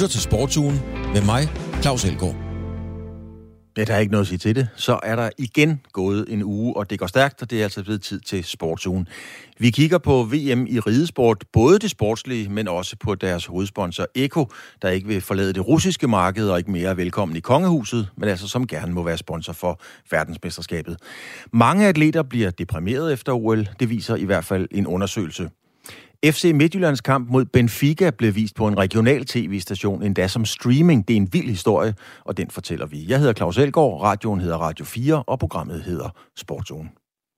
til Sportsugen med mig, Claus Elgaard. Ja, der er ikke noget at sige til det. Så er der igen gået en uge, og det går stærkt, og det er altså blevet tid til Sportsugen. Vi kigger på VM i ridesport, både det sportslige, men også på deres hovedsponsor Eko, der ikke vil forlade det russiske marked og ikke mere er velkommen i kongehuset, men altså som gerne må være sponsor for verdensmesterskabet. Mange atleter bliver deprimeret efter OL, det viser i hvert fald en undersøgelse. FC Midtjyllands kamp mod Benfica blev vist på en regional tv-station, endda som streaming. Det er en vild historie, og den fortæller vi. Jeg hedder Claus Elgaard, radioen hedder Radio 4, og programmet hedder Sportsugen.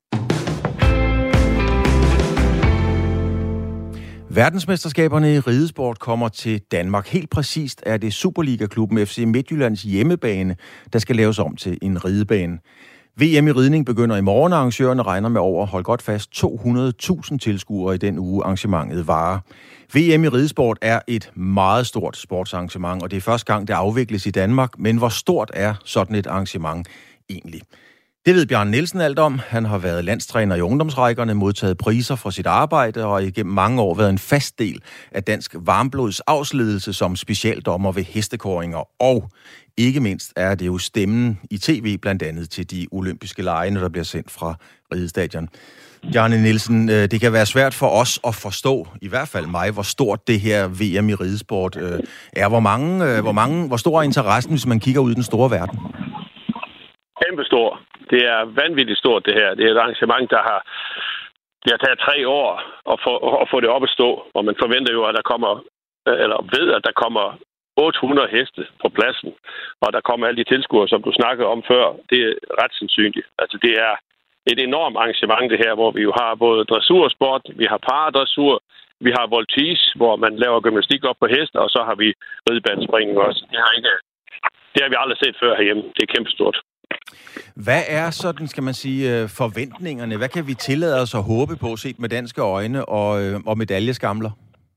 Verdensmesterskaberne i ridesport kommer til Danmark. Helt præcist er det Superliga-klubben FC Midtjyllands hjemmebane, der skal laves om til en ridebane. VM i ridning begynder i morgen, og arrangørerne regner med over, hold godt fast, 200.000 tilskuere i den uge arrangementet varer. VM i ridesport er et meget stort sportsarrangement, og det er første gang, det afvikles i Danmark. Men hvor stort er sådan et arrangement egentlig? Det ved Bjarne Nielsen alt om. Han har været landstræner i ungdomsrækkerne, modtaget priser for sit arbejde og igennem mange år været en fast del af dansk varmblods avlsledelse som specialdommer ved hestekåringer. Og ikke mindst er det jo stemmen i tv, blandt andet til de olympiske lege, der bliver sendt fra ridestadion. Bjarne Nielsen, det kan være svært for os at forstå, i hvert fald mig, hvor stort det her VM i ridesport er. Hvor stor er interessen, hvis man kigger ud i den store verden? Kæmpestor. Det er vanvittigt stort, det her. Det er et arrangement, det har taget 3 år at få det op at stå. Og man forventer jo, at der kommer, eller ved, at der kommer 800 heste på pladsen. Og der kommer alle de tilskuere, som du snakkede om før. Det er ret sandsynligt. Altså, det er et enormt arrangement, det her, hvor vi jo har både dressursport, vi har paradressur, vi har voltige, hvor man laver gymnastik op på hest, og så har vi ridebanespringning også. Det har vi aldrig set før herhjemme. Det er kæmpestort. Hvad er sådan, skal man sige, forventningerne? Hvad kan vi tillade os at håbe på, set med danske øjne og medaljeskamler?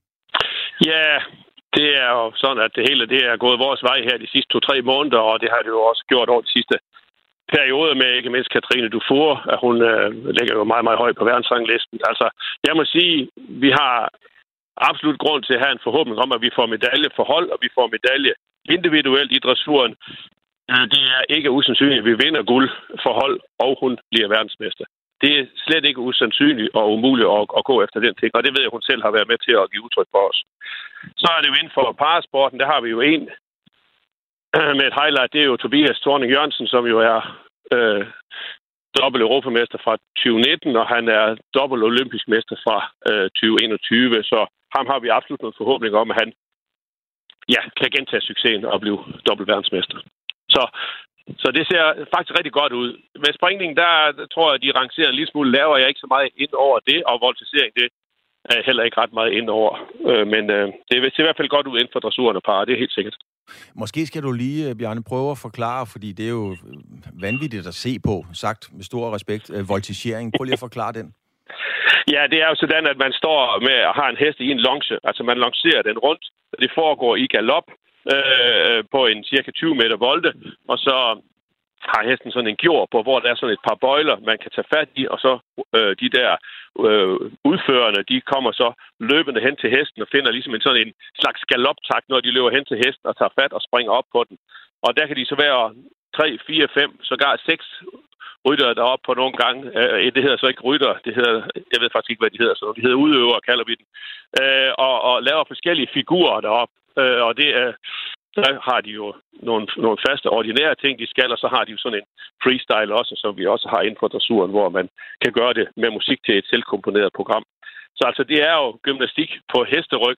Ja, det er jo sådan, at det hele det er gået vores vej her de sidste 2-3 måneder, og det har det jo også gjort over de sidste periode med ikke mindst Katrine Dufour, at hun ligger jo meget, meget højt på verdensranglisten. Altså, jeg må sige, vi har absolut grund til at have en forhåbning om, at vi får medalje for hold, og vi får medalje individuelt i dressuren. Det er ikke usandsynligt, at vi vinder guld for hold, og hun bliver verdensmester. Det er slet ikke usandsynligt og umuligt at gå efter den ting, og det ved jeg, hun selv har været med til at give udtryk for os. Så er det jo inden for parasporten, der har vi jo en med et highlight, det er jo Tobias Thorning Jørgensen, som jo er dobbelt europamester fra 2019, og han er dobbelt olympisk mester fra 2021, så ham har vi absolut en forhåbning om, at han kan gentage succesen og blive dobbelt verdensmester. Så det ser faktisk rigtig godt ud. Med springning, der tror jeg, de rangerer en lille smule lavere. Jeg er ikke så meget ind over det, og voltisering, det er heller ikke ret meget ind over. Men det ser i hvert fald godt ud inden for dressuren og par, det er helt sikkert. Måske skal du lige, Bjarne, prøve at forklare, fordi det er jo vanvittigt at se på, sagt med stor respekt, voltigering. Prøv lige at forklare den. Ja, det er jo sådan, at man står med og har en hest i en longe. Altså man lancerer den rundt. Det foregår i galop på en cirka 20 meter volte, og så har hesten sådan en gjord på, hvor der er sådan et par bøjler, man kan tage fat i, og så de der udførende, de kommer så løbende hen til hesten og finder ligesom sådan en slags galoptakt, når de løber hen til hesten og tager fat og springer op på den. Og der kan de så være 3, 4, 5, sågar 6 rytter deroppe på nogle gange. Det hedder så ikke rytter, det hedder, jeg ved faktisk ikke, hvad de hedder, så de hedder udøvere, kalder vi den. Og laver forskellige figurer deroppe. Og det er, der har de jo nogle faste, ordinære ting, de skal, og så har de jo sådan en freestyle også, som vi også har inden for dressuren, hvor man kan gøre det med musik til et selvkomponeret program. Så altså, det er jo gymnastik på hesteryg,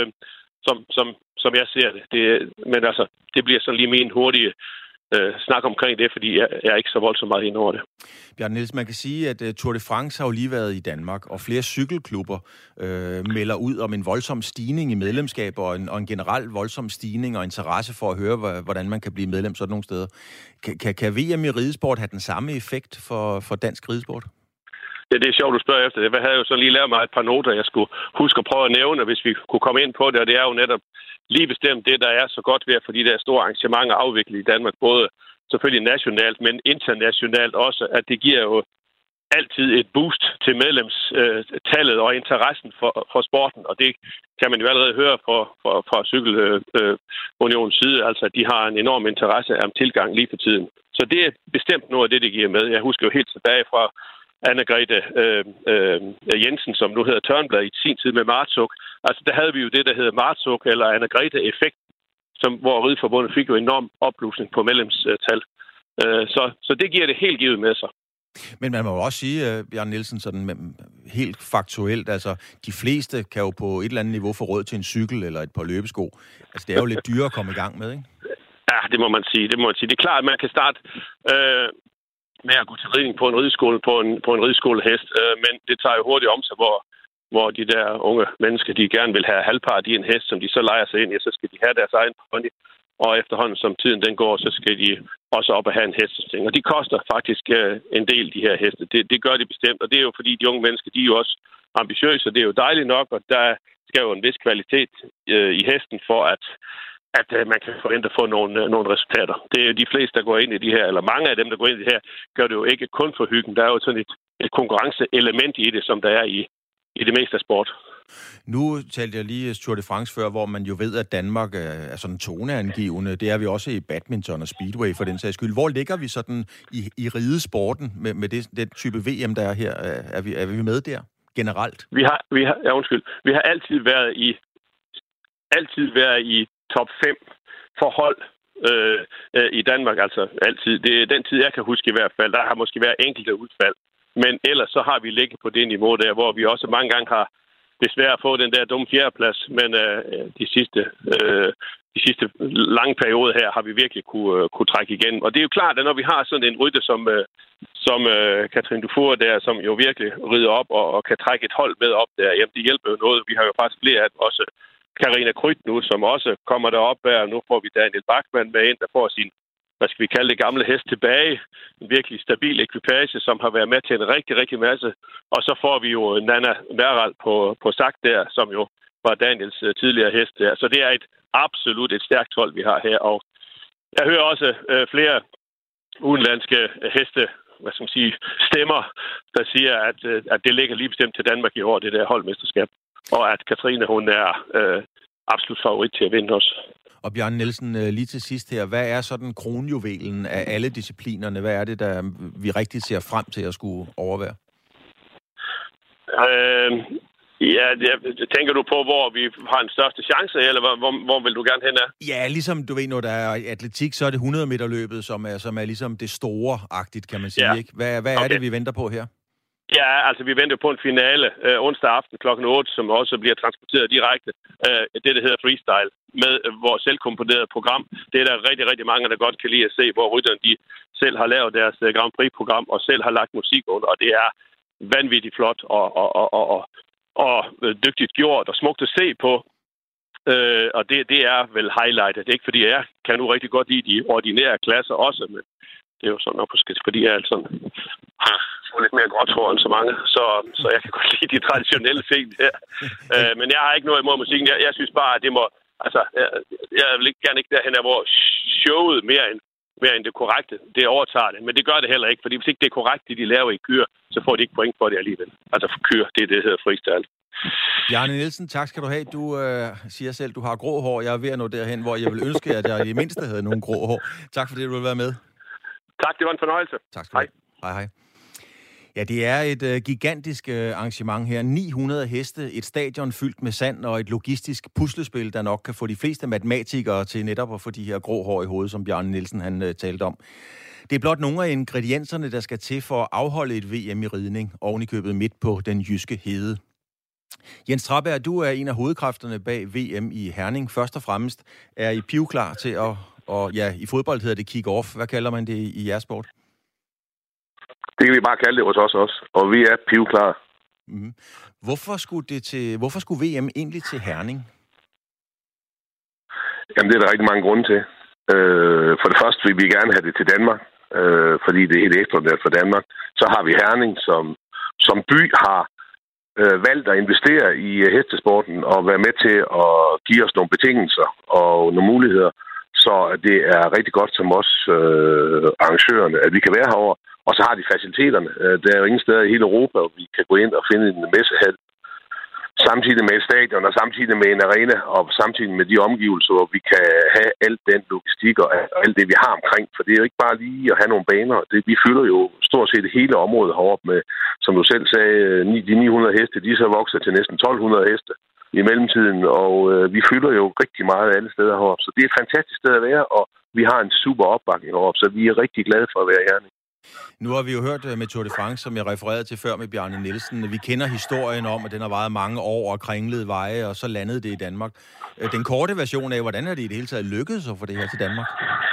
som jeg ser det. Men altså, det bliver sådan lige min hurtige snak omkring det, fordi jeg er ikke så voldsomt meget ind over det. Bjarne Nielsen, man kan sige, at Tour de France har jo lige været i Danmark, og flere cykelklubber melder ud om en voldsom stigning i medlemskaber, og en generel voldsom stigning og interesse for at høre, hvordan man kan blive medlem sådan nogle steder. Kan VM i ridesport have den samme effekt for dansk ridesport? Ja, det er sjovt, du spørger efter det. Jeg havde jo så lige lavet mig et par noter, jeg skulle huske at prøve at nævne, hvis vi kunne komme ind på det, og det er jo netop lige bestemt det, der er så godt ved at få de der store arrangementer afviklet i Danmark, både selvfølgelig nationalt, men internationalt også, at det giver jo altid et boost til medlemstallet og interessen for sporten, og det kan man jo allerede høre fra Cykelunionens side, altså at de har en enorm interesse om tilgang lige for tiden. Så det er bestemt noget af det giver med. Jeg husker jo helt tilbage fra Anne-Grethe Jensen, som nu hedder Tørnblad, i sin tid med Martsuk. Altså der havde vi jo det, der hedder Martsuk eller Anne-Grethe-effekt, hvor Rideforbundet fik jo enorm opblusning på medlemstal. Så det giver det helt givet med sig. Men man må jo også sige, Bjarne Nielsen, sådan helt faktuelt, altså de fleste kan jo på et eller andet niveau få råd til en cykel eller et par løbesko. Altså det er jo lidt dyrere at komme i gang med, ikke? Ja, det må man sige. Det er klart, at man kan starte med at gå til ridning på en rideskole, på en rideskolehest, men det tager jo hurtigt om sig, hvor de der unge mennesker, de gerne vil have halvpart i en hest, som de så lejer sig ind i, så skal de have deres egen pony. Og efterhånden, som tiden den går, så skal de også op og have en hestesting. Og de koster faktisk en del, de her heste. Det gør de bestemt, og det er jo fordi, de unge mennesker, de er jo også ambitiøse, og det er jo dejligt nok, og der skal jo en vis kvalitet i hesten for, at man kan forvente at få nogle resultater. Det er jo de fleste, der går ind i de her, eller mange af dem, der går ind i det her, gør det jo ikke kun for hyggen. Der er jo sådan et konkurrenceelement i det, som der er i det meste af sport. Nu talte jeg lige Tour de France før, hvor man jo ved, at Danmark er sådan toneangivende. Det er vi også i badminton og speedway for den sags skyld. Hvor ligger vi sådan i ridesporten med den type VM, der er her? Er vi med der generelt? Vi har altid været i top 5 for hold i Danmark. Altså altid. Det er den tid, jeg kan huske i hvert fald. Der har måske været enkelte udfald. Men ellers så har vi ligget på det niveau der, hvor vi også mange gange har desværre fået den der dumme fjerdeplads, men de sidste lange perioder her har vi virkelig kunne trække igen. Og det er jo klart, at når vi har sådan en rytter som Katrine Dufour der, som jo virkelig rider op og kan trække et hold med op der, jamen det hjælper jo noget. Vi har jo faktisk flere af også Karina Krydt nu, som også kommer derop der. Nu får vi Daniel Bachmann med ind, der får sin, hvad skal vi kalde det, gamle hest tilbage. En virkelig stabil ekvipage, som har været med til en rigtig, rigtig masse. Og så får vi jo Nana Merald på Sak der, som jo var Daniels tidligere hest der. Så det er absolut et stærkt hold, vi har her. Og jeg hører også flere udenlandske heste, hvad skal man sige, stemmer, der siger, at det ligger lige bestemt til Danmark i år, det der holdmesterskab. Og at Katrine, hun er absolut favorit til at vinde også. Og Bjarne Nielsen, lige til sidst her, hvad er sådan kronjuvelen af alle disciplinerne? Hvad er det, der vi rigtig ser frem til at skulle overvære? Tænker du på, hvor vi har den største chance, eller hvor vil du gerne hen af? Ja, ligesom du ved, når der er atletik, så er det 100-meter-løbet, som er ligesom det store-agtigt, kan man sige, ikke? Hvad er det, vi venter på her? Ja, altså vi venter på en finale onsdag aften kl. 8, som også bliver transporteret direkte. Det, der hedder freestyle, med vores selvkomponerede program. Det er der rigtig, rigtig mange, der godt kan lide at se, hvor rytterne de selv har lavet deres Grand Prix-program og selv har lagt musik under, og det er vanvittigt flot og dygtigt gjort og smukt at se på. Og det er vel highlightet. Det er ikke, fordi jeg kan nu rigtig godt lide de ordinære klasser også, men det er jo sådan nok, fordi jeg er sådan lidt mere gråt hår end så mange, så jeg kan godt lide de traditionelle ting der. Men jeg har ikke noget imod musikken. Jeg synes bare, at det må, altså, jeg vil gerne ikke derhen, hvor showet mere end det korrekte, det overtager det. Men det gør det heller ikke, fordi hvis ikke det er korrekt, det de laver i kyr, så får de ikke point for det alligevel. Altså for kyr, det hedder freestyle. Bjarne Nielsen, tak skal du have. Du siger selv, du har grå hår. Jeg er ved at nå derhen, hvor jeg vil ønske, at jeg i det mindste havde nogle grå hår. Tak fordi du vil være med. Tak, det var en fornøjelse. Tak skal du have. Hej. Ja, det er et gigantisk arrangement her. 900 heste, et stadion fyldt med sand og et logistisk puslespil, der nok kan få de fleste matematikere til netop at få de her grå hår i hovedet, som Bjarne Nielsen han talte om. Det er blot nogle af ingredienserne, der skal til for at afholde et VM i ridning, oven i købet midt på den jyske hede. Jens Traberg, du er en af hovedkræfterne bag VM i Herning. Først og fremmest er I pivklar til at i fodbold hedder det kick-off. Hvad kalder man det i jeres sport? Det kan vi bare kalde det hos os også, og vi er pivklare. Mm. Hvorfor skulle VM egentlig til Herning? Jamen, det er der rigtig mange grunde til. For det første vil vi gerne have det til Danmark, fordi det er helt ekstraordinært for Danmark. Så har vi Herning, som by har valgt at investere i hestesporten og være med til at give os nogle betingelser og nogle muligheder, Så det er rigtig godt som os arrangørerne, at vi kan være herovre. Og så har de faciliteterne. Der er jo ingen steder i hele Europa, hvor vi kan gå ind og finde en messehal. Samtidig med et stadion, og samtidig med en arena, og samtidig med de omgivelser, hvor vi kan have alt den logistik og alt det, vi har omkring. For det er jo ikke bare lige at have nogle baner. Vi fylder jo stort set hele området heroppe med, som du selv sagde, de 900 heste, de så vokser til næsten 1200 heste i mellemtiden, og vi fylder jo rigtig meget alle steder heroppe. Så det er et fantastisk sted at være, og vi har en super opbakning heroppe, så vi er rigtig glade for at være i Herning. Nu har vi jo hørt med Tour de France, som jeg refererede til før med Bjarne Nielsen. Vi kender historien om, at den har varet mange år og kringlede veje, og så landede det i Danmark. Den korte version af, hvordan er det i det hele taget lykkedes at få det her til Danmark?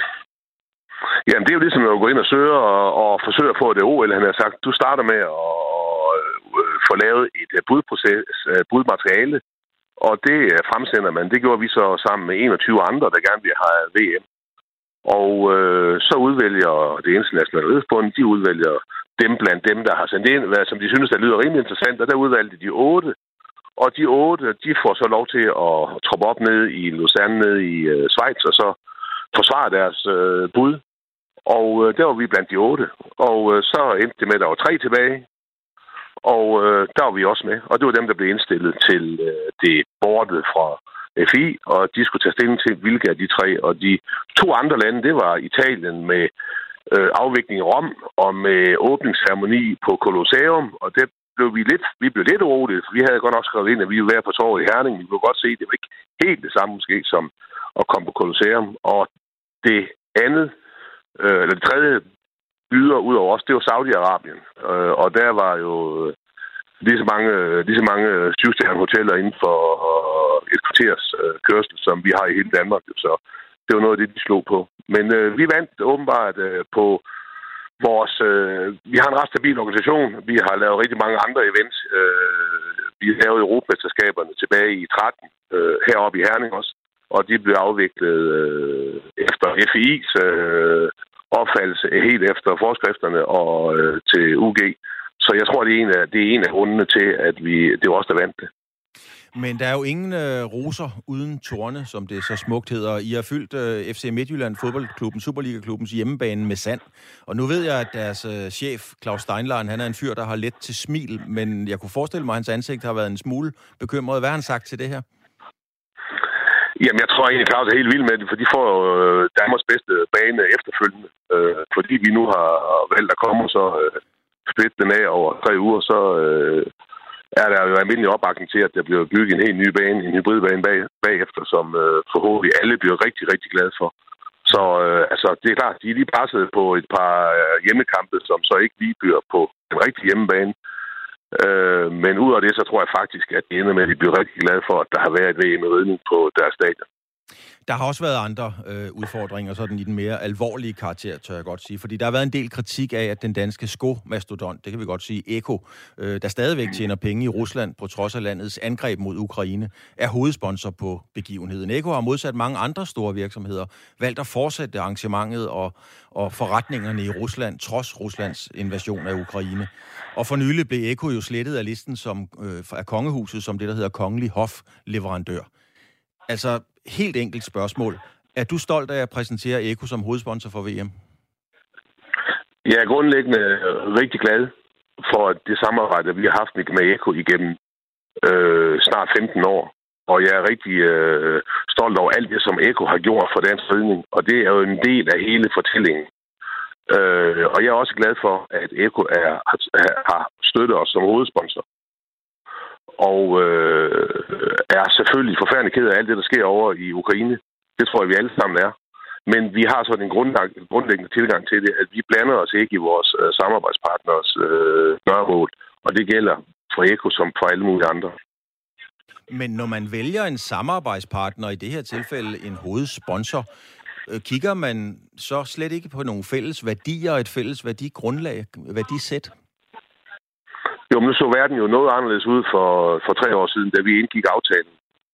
Jamen, det er jo ligesom at gå ind og søge og forsøge at få det OL. Han har sagt, du starter med at få lavet et budmateriale, og det fremsender man. Det gjorde vi så sammen med 21 andre, der gerne vil have VM. Og så udvælger det internationale ridsforbund, de udvælger dem blandt dem, der har sendt ind, som de synes, der lyder rimelig interessant, og der udvalgte de 8. Og de 8, de får så lov til at troppe op ned i Lausanne, ned i Schweiz, og så forsvare deres bud. Og der var vi blandt de 8. Og så endte det med, at der var 3 tilbage. Og der var vi også med. Og det var dem, der blev indstillet til det bordet fra FI, og de skulle tage stilling til, hvilke af de 3. Og de 2 andre lande, det var Italien med afvikling i Rom, og med åbningsceremoni på Colosseum. Og det blev vi blev lidt urolige, for vi havde godt nok skrevet ind, at vi ville være på torvet i Herning. Vi kunne godt se, at det var ikke helt det samme måske, som at komme på Colosseum. Og det andet, eller det tredje byder ud over os, det var Saudi-Arabien. Og der var jo lige så mange syvstjernede hoteller inden for et kvarters kørsel, som vi har i hele Danmark. Så det var noget af det, de slog på. Men vi vandt åbenbart på vores... vi har en ret stabil organisation. Vi har lavet rigtig mange andre events. Vi lavede Europamesterskaberne tilbage i 13, heroppe i Herning også. Og de blev afviklet efter FI's opfattelse, helt efter forskrifterne og til UG. Så jeg tror, det er en af grundene til, at det var os, der vandt det. Men der er jo ingen roser uden torne, som det så smukt hedder. I har fyldt FC Midtjylland fodboldklubben, Superliga-klubbens hjemmebane med sand. Og nu ved jeg, at deres chef, Claus Steinlein, han er en fyr, der har let til smil. Men jeg kunne forestille mig, at hans ansigt har været en smule bekymret. Hvad har han sagt til det her? Jamen, jeg tror egentlig, Claus er helt vild med det, for de får Danmarks bedste bane efterfølgende. Fordi vi nu har valgt at komme, så splitte den af over 3 uger, så er der jo almindelig opbakning til, at der bliver bygget en helt ny bane, en hybridbane bagefter, som forhåbentlig alle bliver rigtig, rigtig glade for. Så det er klart, de er lige presset på et par hjemmekampe, som så ikke lige bliver på en rigtig hjemmebane. Men ud af det, så tror jeg faktisk, at det ender med, at de bliver rigtig glade for, at der har været et VM i ridning på deres stadion. Der har også været andre udfordringer, sådan i den mere alvorlige karakter, tør jeg godt sige. Fordi der har været en del kritik af, at den danske skomastodont, det kan vi godt sige, Eko, der stadigvæk tjener penge i Rusland, på trods af landets angreb mod Ukraine, er hovedsponsor på begivenheden. Eko har modsat mange andre store virksomheder valgt at fortsætte arrangementet og forretningerne i Rusland, trods Ruslands invasion af Ukraine. Og for nylig blev Eko jo slettet af listen af kongehuset som det, der hedder kongelig hofleverandør. Altså, helt enkelt spørgsmål. Er du stolt af at præsentere Eko som hovedsponsor for VM? Jeg er grundlæggende rigtig glad for det samarbejde, vi har haft med Eko igennem snart 15 år. Og jeg er rigtig stolt over alt det, som Eko har gjort for dansk ridning. Og det er jo en del af hele fortællingen. Og jeg er også glad for, at Eko har støttet os som hovedsponsor. Og er selvfølgelig forfærdelig ked af alt det, der sker over i Ukraine. Det tror jeg, vi alle sammen er. Men vi har sådan en grundlæggende tilgang til det, at vi blander os ikke i vores samarbejdspartners gøremål. Og det gælder for Eko som for alle mulige andre. Men når man vælger en samarbejdspartner, i det her tilfælde en hovedsponsor, kigger man så slet ikke på nogle fælles værdier og et fælles værdigrundlag, værdisæt? Jo, men nu så verden jo noget anderledes ud for 3 år siden, da vi indgik aftalen.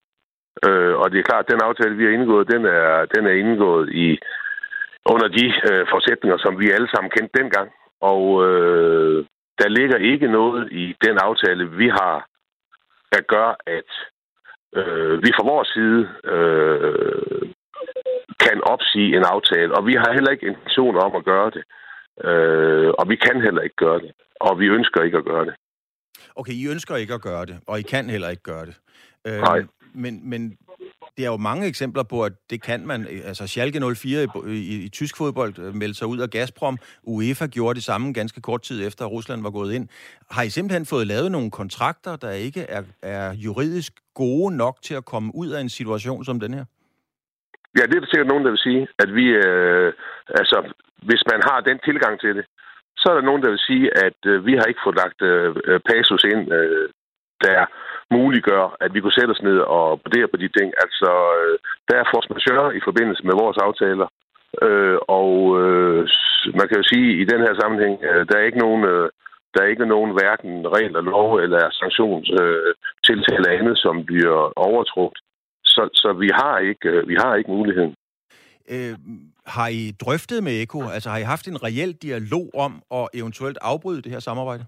Og det er klart, at den aftale, vi har indgået, den er indgået under de forudsætninger, som vi alle sammen kendte dengang. Og der ligger ikke noget i den aftale, vi har, der gør, at vi fra vores side kan opsige en aftale, og vi har heller ikke intention om at gøre det. Og vi kan heller ikke gøre det, og vi ønsker ikke at gøre det. Okay, I ønsker ikke at gøre det, og I kan heller ikke gøre det. Nej. Men det er jo mange eksempler på, at det kan man. Altså Schalke 04 i tysk fodbold meldte sig ud af Gazprom. UEFA gjorde det samme ganske kort tid efter, at Rusland var gået ind. Har I simpelthen fået lavet nogle kontrakter, der ikke er juridisk gode nok til at komme ud af en situation som den her? Ja, det er der sikkert nogen, der vil sige, at vi, hvis man har den tilgang til det, så er der nogen, der vil sige, at vi har ikke fået lagt passus ind, der muliggør, at vi kunne sætte os ned og vurdere på de ting. Altså, der er force majeure i forbindelse med vores aftaler, og man kan jo sige, at i den her sammenhæng, der er ikke nogen hverken regler, lov eller sanktionstiltag eller andet, som bliver overtrådt. Så vi har ikke muligheden. Har I drøftet med ECO? Altså har I haft en reel dialog om at eventuelt afbryde det her samarbejde?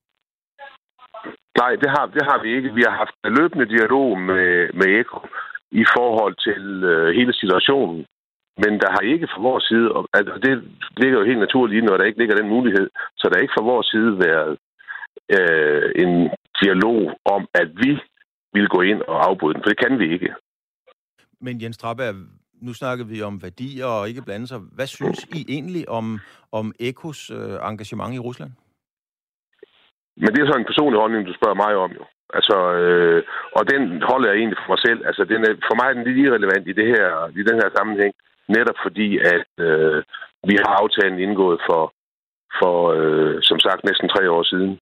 Nej, det har vi ikke. Vi har haft løbende dialog med ECO i forhold til hele situationen. Men der har ikke fra vores side, altså det ligger jo helt naturligt, når der ikke ligger den mulighed, så der har ikke fra vores side været en dialog om, at vi vil gå ind og afbryde den, for det kan vi ikke. Men Jens Traberg, nu snakker vi om værdier og ikke blande sig. Hvad synes I egentlig om ECOs engagement i Rusland? Men det er så en personlig holdning, du spørger mig om jo. Altså, og den holder jeg egentlig for mig selv. Altså, for mig er den lidt irrelevant i den her sammenhæng. Netop fordi, at vi har aftalen indgået for som sagt, næsten 3 år siden.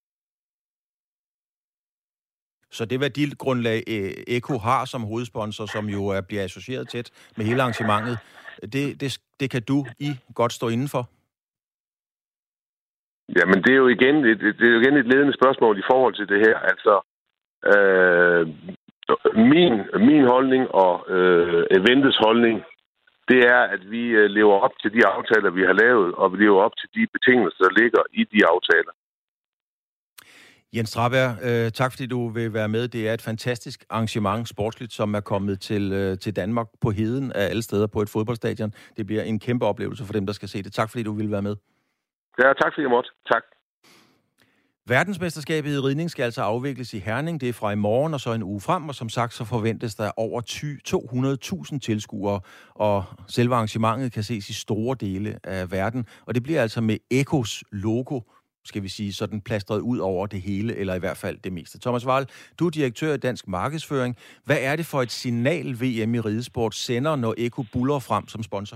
Så det værdigrundlag, ECO har som hovedsponsor, som jo bliver associeret tæt med hele arrangementet, det kan I godt stå inden for? Jamen, det er jo igen et ledende spørgsmål i forhold til det her. Altså, min holdning og Eventets holdning, det er, at vi lever op til de aftaler, vi har lavet, og vi lever op til de betingelser, der ligger i de aftaler. Jens Traberg, tak fordi du vil være med. Det er et fantastisk arrangement sportsligt, som er kommet til Danmark på heden af alle steder på et fodboldstadion. Det bliver en kæmpe oplevelse for dem, der skal se det. Tak fordi du vil være med. Ja, tak fordi jeg måtte. Tak. Verdensmesterskabet i ridning skal altså afvikles i Herning. Det er fra i morgen og så en uge frem, og som sagt så forventes der over 200.000 tilskuere, og selve arrangementet kan ses i store dele af verden, og det bliver altså med ECOs logo, skal vi sige, sådan plastret ud over det hele, eller i hvert fald det meste. Thomas Wahl, du er direktør i Dansk Markedsføring. Hvad er det for et signal, VM i ridesport sender, når ECO buller frem som sponsor?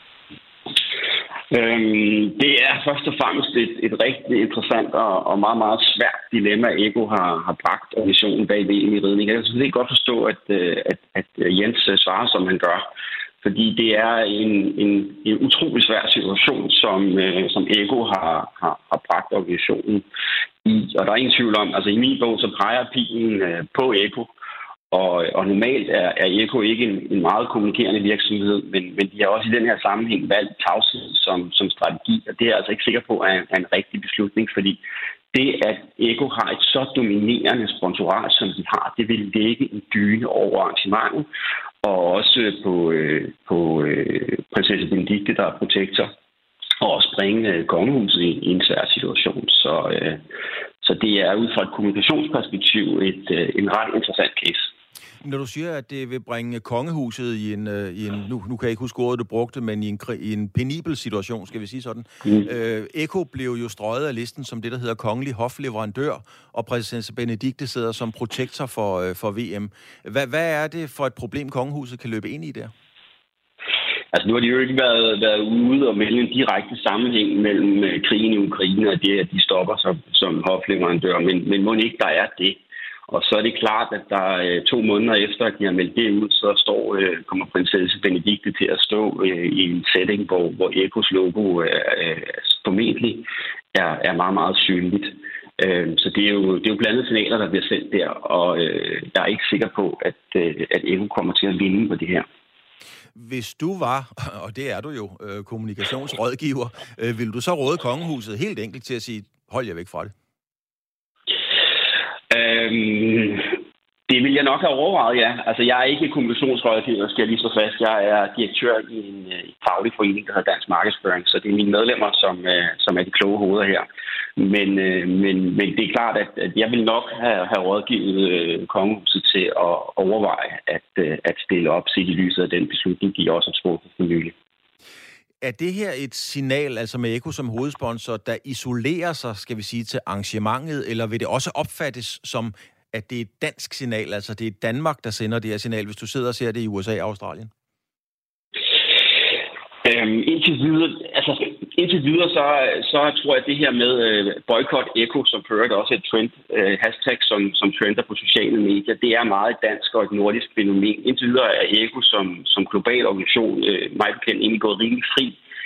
Det er først og fremmest et rigtig interessant og meget, meget svært dilemma, ECO har bragt organisationen bag VM i ridning. Jeg kan selvfølgelig godt forstå, at Jens svarer, som han gør. Fordi det er en utrolig svær situation, som ECO har bragt organisationen i. Og der er ingen tvivl om, altså i min bog, så peger pilen på ECO. Og normalt er ECO ikke en meget kommunikerende virksomhed, men de har også i den her sammenhæng valgt tavshed som strategi. Og det er jeg altså ikke sikker på er en rigtig beslutning, fordi det, at ECO har et så dominerende sponsorat, som de har, det vil lægge en dyne over arrangementet. Og også på prinsesse Benedikte, der er protektor, og også bringe kongehuset i en svær situation. Så det er ud fra et kommunikationsperspektiv en ret interessant case. Når du siger, at det vil bringe kongehuset i en nu kan jeg ikke huske ordet, du brugte, men i en penibel situation, skal vi sige sådan. ECO blev jo strøget af listen som det, der hedder kongelig hofleverandør, og prinsesse Benedikte sidder som protektor for VM. Hvad er det for et problem, kongehuset kan løbe ind i der? Altså nu har de jo ikke været ude og melde en direkte sammenhæng mellem krigen i Ukraine og det, at de stopper som hofleverandør, men må ikke, der er det. Og så er det klart, at der 2 måneder efter, at de har meldt det ud, så kommer prinsesse Benedikte til at stå i en setting, hvor ECOs logo formentlig er meget, meget synligt. Så det er jo blandede signaler, der bliver sendt der, og jeg er ikke sikker på, at ECO kommer til at vinde på det her. Hvis du var, og det er du jo, kommunikationsrådgiver, vil du så råde kongehuset helt enkelt til at sige, hold jer væk fra det? Det vil jeg nok have overvejet, ja. Altså, jeg er ikke kommunikationsrådgiver, skal jeg lige slå fast. Jeg er direktør i en faglig forening, der hedder Dansk Markedsføring, så det er mine medlemmer, som er de kloge hoveder her. Men det er klart, at jeg vil nok have rådgivet kongehuset til at overveje at stille op, set i lyset af den beslutning, de også har truffet for nylig. Er det her et signal, altså med Eko som hovedsponsor, der isolerer sig, skal vi sige, til arrangementet, eller vil det også opfattes som, at det er et dansk signal, altså det er Danmark, der sender det her signal, hvis du sidder og ser det i USA og Australien? Indtil videre, så tror jeg, at det her med boykot Eko, som fører også et trend, hashtag, som trender på sociale medier, det er meget dansk og et nordisk fænomen. Indtil videre er Eko som global organisation, mig bekendt, egentlig gået rimelig fri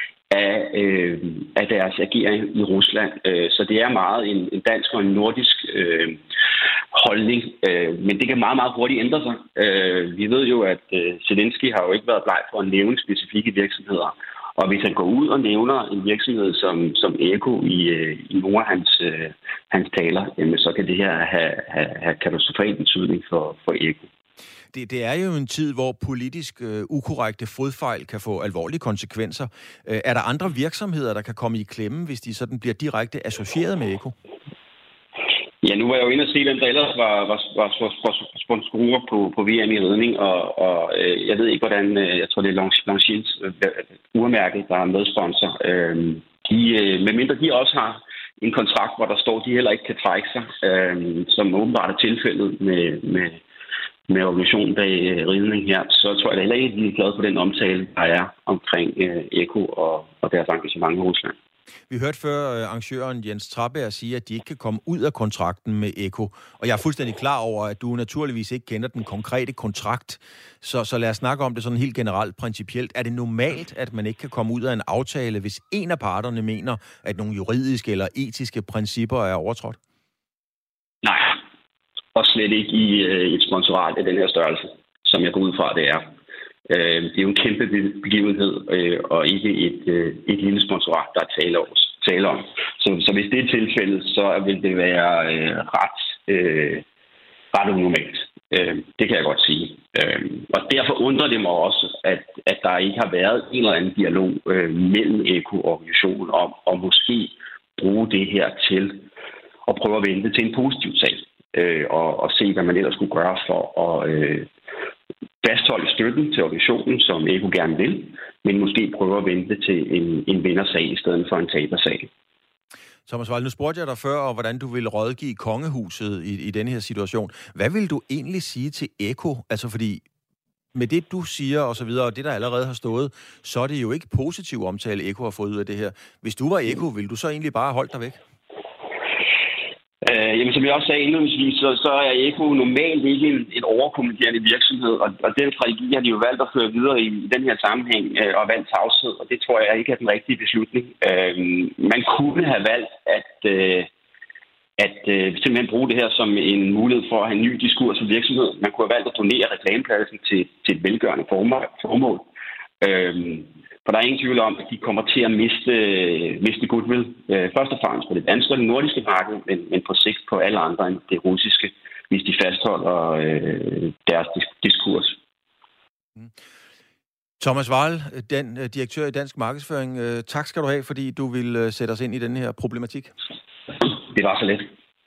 af deres agering i Rusland. Så det er meget en dansk og en nordisk holdning, men det kan meget, meget hurtigt ændre sig. Vi ved jo, at Zelensky har jo ikke været bleg for at nævne specifikke virksomheder. Og hvis han går ud og nævner en virksomhed som Eko i nogle af hans taler, jamen, så kan det her have katastrofal betydning for Eko. Det er jo en tid, hvor politisk ukorrekte fodfejl kan få alvorlige konsekvenser. Er der andre virksomheder, der kan komme i klemme, hvis de sådan bliver direkte associeret med Eko? Ja, nu var jeg jo inde og se, hvem der ellers var sponsorer på VM i ridning, og jeg ved ikke, hvordan, jeg tror, det er Longines urmærket, der er medsponsor. Medmindre de også har en kontrakt, hvor der står, at de heller ikke kan trække sig, som åbenbart er tilfældet med organisationen bag ridning her, så tror jeg da heller ikke, at de er glade for den omtale, der er omkring Eko og deres engagement i Rusland. Vi hørte før arrangøren Jens Traberg sige, at de ikke kan komme ud af kontrakten med Eko. Og jeg er fuldstændig klar over, at du naturligvis ikke kender den konkrete kontrakt. Så lad os snakke om det sådan helt generelt principielt. Er det normalt, at man ikke kan komme ud af en aftale, hvis en af parterne mener, at nogle juridiske eller etiske principper er overtrådt? Nej, og slet ikke i et sponsorat af den her størrelse, som jeg går ud fra, det er. Det er jo en kæmpe begivenhed, og ikke et lille sponsorat, der er tale om. Så hvis det er tilfældet, så vil det være ret unormalt. Det kan jeg godt sige. Og derfor undrer det mig også, at der ikke har været en eller anden dialog mellem Eko-organisationen om at måske bruge det her til at prøve at vente til en positiv sag. Og se, hvad man ellers skulle gøre for at fastholde støtten til organisationen, som Eko gerne vil, men måske prøve at vente til en vindersag i stedet for en tabersag. Thomas Wall, nu spurgte jeg dig før, hvordan du ville rådgive kongehuset i denne her situation. Hvad vil du egentlig sige til Eko? Altså fordi med det, du siger og så videre, og det, der allerede har stået, så er det jo ikke positiv omtale, Eko har fået ud af det her. Hvis du var Eko, ville du så egentlig bare holde dig væk? Jamen, som jeg også sagde indledningsvis, så er Eko normalt ikke en overkommunikerende virksomhed, og den strategi har de jo valgt at føre videre i den her sammenhæng og valgt tavshed, og det tror jeg ikke er den rigtige beslutning. Man kunne have valgt at simpelthen bruge det her som en mulighed for at have en ny diskurs som virksomhed. Man kunne have valgt at donere reklamepladsen til et velgørende formål. For der er ingen tvivl om, at de kommer til at miste goodwill. Først og fremmest på det danske og det nordiske marked, men på sigt på alle andre end det russiske, hvis de fastholder deres diskurs. Thomas Wall, den direktør i Dansk Markedsføring. Tak skal du have, fordi du vil sætte os ind i den her problematik. Det var så let.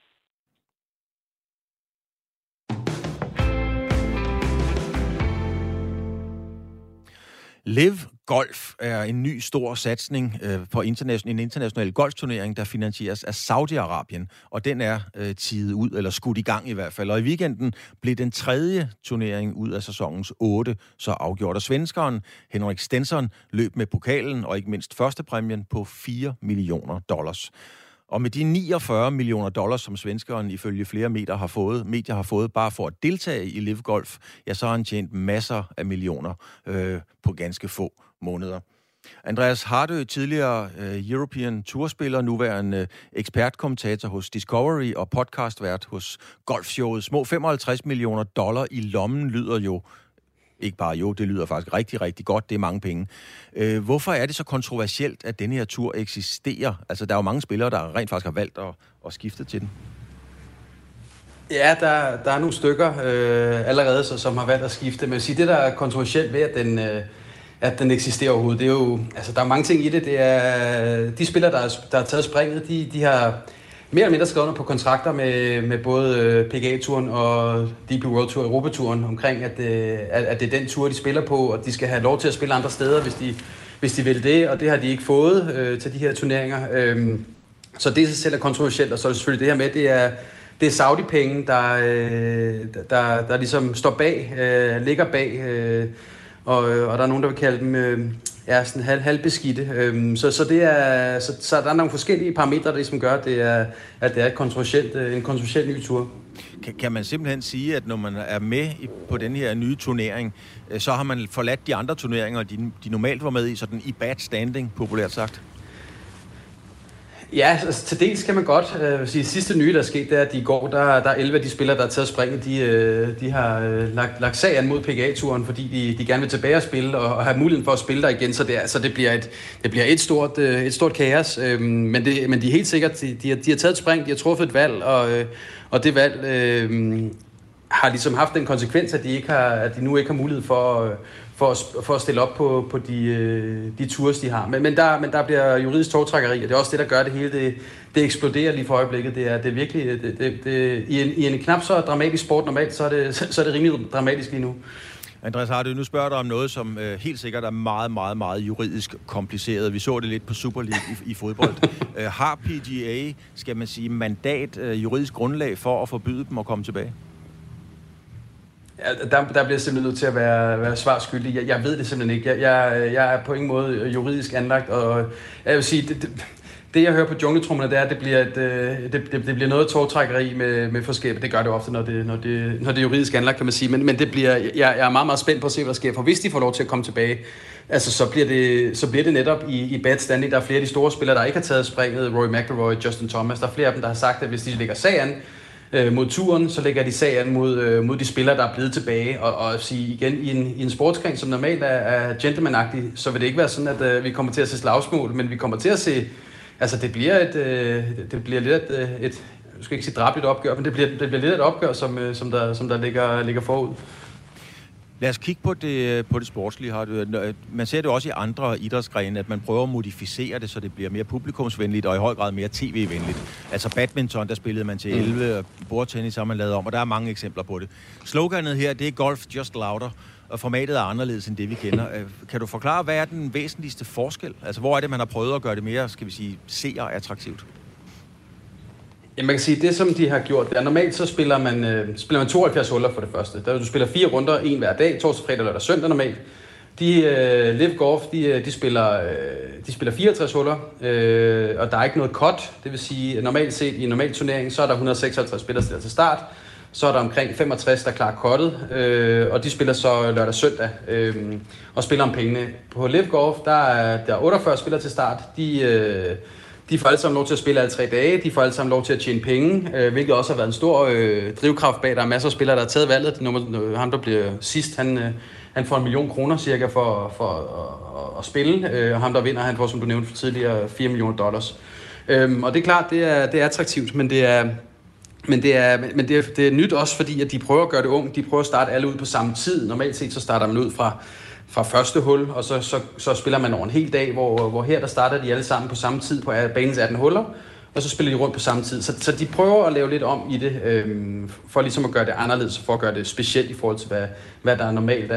Liv Golf er en ny stor satsning på en international golfturnering, der finansieres af Saudi-Arabien, og den er tidet ud, eller skudt i gang i hvert fald. Og i weekenden blev den tredje turnering ud af sæsonens 8 så afgjort. Og svenskeren Henrik Stenson løb med pokalen, og ikke mindst førstepræmien på $4 millioner. Og med de $49 millioner, som svenskeren ifølge flere medier har fået bare for at deltage i Liv Golf, ja, så har han tjent masser af millioner på ganske få måneder. Andreas Hardø, tidligere European Tour-spiller, nuværende ekspertkommentator hos Discovery og podcastvært hos golfshowet. Små $55 millioner i lommen lyder jo ikke bare jo, det lyder faktisk rigtig, rigtig godt. Det er mange penge. Hvorfor er det så kontroversielt, at denne her tur eksisterer? Altså, der er jo mange spillere, der rent faktisk har valgt at skifte til den. Ja, der er nogle stykker allerede, som har valgt at skifte. Men det, der er kontroversielt ved, at den eksisterer overhovedet, det er jo... Altså, der er mange ting i det. Det er de spillere, der har taget springet, de har mere eller mindre skrevet under på kontrakter med både PGA-turen og DP World Tour, Europaturen, omkring, at det er den tur, de spiller på, og de skal have lov til at spille andre steder, hvis de vil det, og det har de ikke fået til de her turneringer. Så det i sig selv er kontroversielt, og så er det selvfølgelig det her med, det er Saudi-penge, der ligesom står bag, ligger bag, og der er nogen, der vil kalde dem sådan halvbeskidte. Så der er nogle forskellige parametre, der ligesom gør, at det er en kontroversiel ny tur. Kan man simpelthen sige, at når man er med på den her nye turnering, så har man forladt de andre turneringer, de normalt var med i, sådan i bad standing, populært sagt? Ja, altså, til dels kan man godt sige, at sidste nye, der er sket, det er, at i går, der er 11 af de spillere, der har taget springet, de har lagt sag an mod PGA-turen, fordi de gerne vil tilbage og spille, og have muligheden for at spille der igen, så det bliver et stort kaos. Men de er helt sikkert, de har taget et spring, de har truffet et valg, og det valg har ligesom haft den konsekvens, at de nu ikke har mulighed for at stille op på de tours, de har. Men der bliver juridisk tovtrækkeri, og det er også det, der gør det hele. Det eksploderer lige for øjeblikket. Det er virkelig... I en knap så dramatisk sport normalt, så er det rimelig dramatisk lige nu. Andreas Hardy, nu spørger dig om noget, som helt sikkert er meget, meget, meget juridisk kompliceret. Vi så det lidt på Super League i fodbold. Har PGA, skal man sige, mandat, juridisk grundlag for at forbyde dem at komme tilbage? Ja, der bliver simpelthen nødt til at være svarskyldig. Jeg ved det simpelthen ikke. Jeg er på ingen måde juridisk anlagt, og jeg vil sige, det jeg hører på jungletrummerne, det er, at det bliver noget tovtrækkeri med forskellige. Det gør det ofte, når det er juridisk anlagt, kan man sige. Men det bliver, jeg er meget, meget spændt på at se, hvad der sker. For hvis de får lov til at komme tilbage, altså, så bliver det netop i bad standing. Der er flere af de store spillere, der ikke har taget springet. Rory McIlroy, Justin Thomas. Der er flere af dem, der har sagt, at hvis de lægger sag an mod turen, så lægger de sag an mod de spillere, der er blevet tilbage. Og sige igen, i en sportsgren, som normalt er gentleman-agtig, så vil det ikke være sådan, at vi kommer til at se slagsmål, men vi kommer til at se... Altså, det bliver lidt et jeg skal ikke sige drabeligt opgør, men det bliver lidt et opgør, som der ligger forud. Lad os kigge på det sportslige. Man ser det også i andre idrætsgrene, at man prøver at modificere det, så det bliver mere publikumsvenligt og i høj grad mere tv-venligt. Altså badminton, der spillede man til 11, bordtennis har man lavet om, og der er mange eksempler på det. Sloganet her, det er Golf Just Louder, og formatet er anderledes end det, vi kender. Kan du forklare, hvad er den væsentligste forskel? Altså, hvor er det, man har prøvet at gøre det mere, skal vi sige, seerattraktivt? Ja, man kan sige, det som de har gjort, det er normalt, så spiller man 72 huller for det første. Du spiller 4 runder, en hver dag, torsdag, fredag, lørdag, søndag normalt. Live Golf, de spiller 64 huller, og der er ikke noget cut. Det vil sige, normalt set i en normal turnering, så er der 156 spillere til start. Så er der omkring 65, der er klar cuttet, og de spiller så lørdag søndag og spiller om pengene. På Live Golf, der er 48 spillere til start. De får alle sammen lov til at spille alle 3 dage. De får alle sammen lov til at tjene penge, hvilket også har været en stor drivkraft bag. Der er masser af spillere, der har taget valget. Ham, der bliver sidst, han får 1 million kroner cirka for at spille. Og ham, der vinder, han får, som du nævnte tidligere, $4 million. Og det er klart, det er attraktivt, men det er nyt også, fordi at de prøver at gøre det ungt. De prøver at starte alle ud på samme tid. Normalt set så starter man ud fra første hul, og så spiller man over en hel dag, hvor her der starter de alle sammen på samme tid på banens 18 huller, og så spiller de rundt på samme tid. Så de prøver at lave lidt om i det, for ligesom at gøre det anderledes, for at gøre det specielt i forhold til, hvad der normalt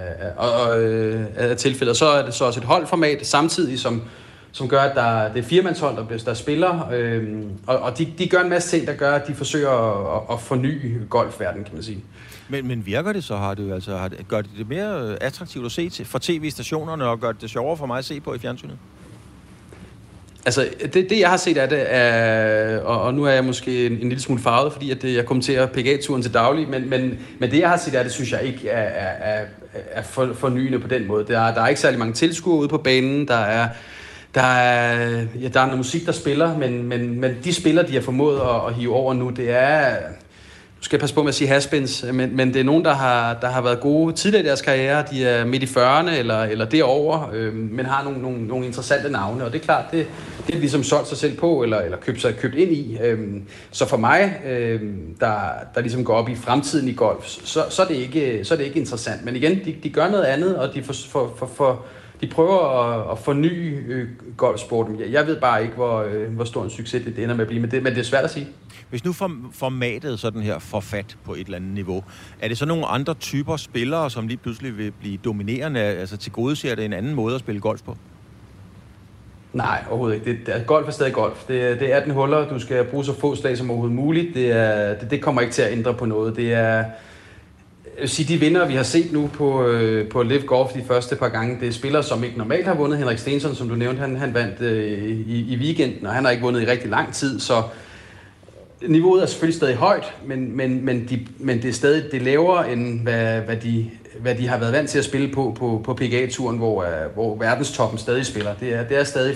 er tilfældet. Og så er det så også et holdformat samtidig, som gør, at det er 4-mandshold, der spiller, og de gør en masse ting, der gør, at de forsøger at forny golfverdenen, kan man sige. Men virker det så? Gør det mere attraktivt at se til for tv-stationerne, og gør det sjovere for mig at se på i fjernsynet? Altså, det jeg har set af det er, og nu er jeg måske en lille smule farvet, fordi at jeg kommenterer PGA-turen til daglig, men det jeg har set af det, synes jeg ikke er fornyende på den måde. Der er ikke særlig mange tilskuere ude på banen, der er noget musik, der spiller, men de spillere, de har formået at hive over nu, det er skal passe på med at sige haspins, men det er nogen, der har været gode tidligere i deres karriere. De er midt i 40'erne eller derover, men har nogle interessante navne. Og det er klart, det er ligesom solgt sig selv på, eller købt ind i. Så for mig, der ligesom går op i fremtiden i golf, så er det ikke interessant. Men igen, de gør noget andet, og de prøver at forny golfsporten. Jeg ved bare ikke, hvor stor en succes det ender med at blive, men det er svært at sige. Hvis nu formatet sådan her får fat på et eller andet niveau, er det så nogle andre typer spillere, som lige pludselig vil blive dominerende, altså tilgodeser det en anden måde at spille golf på? Nej, overhovedet ikke. Golf er stadig golf. Det er 18 huller, du skal bruge så få slag som overhovedet muligt. Det kommer ikke til at ændre på noget. Jeg vil sige, de vinder, vi har set nu på Live Golf de første par gange, det er spillere, som ikke normalt har vundet. Henrik Stenson, som du nævnte, han vandt i weekenden, og han har ikke vundet i rigtig lang tid, så niveauet er selvfølgelig stadig højt, men det er stadig lavere, end hvad de har været vant til at spille på PGA-turen, hvor verdenstoppen stadig spiller. Det er stadig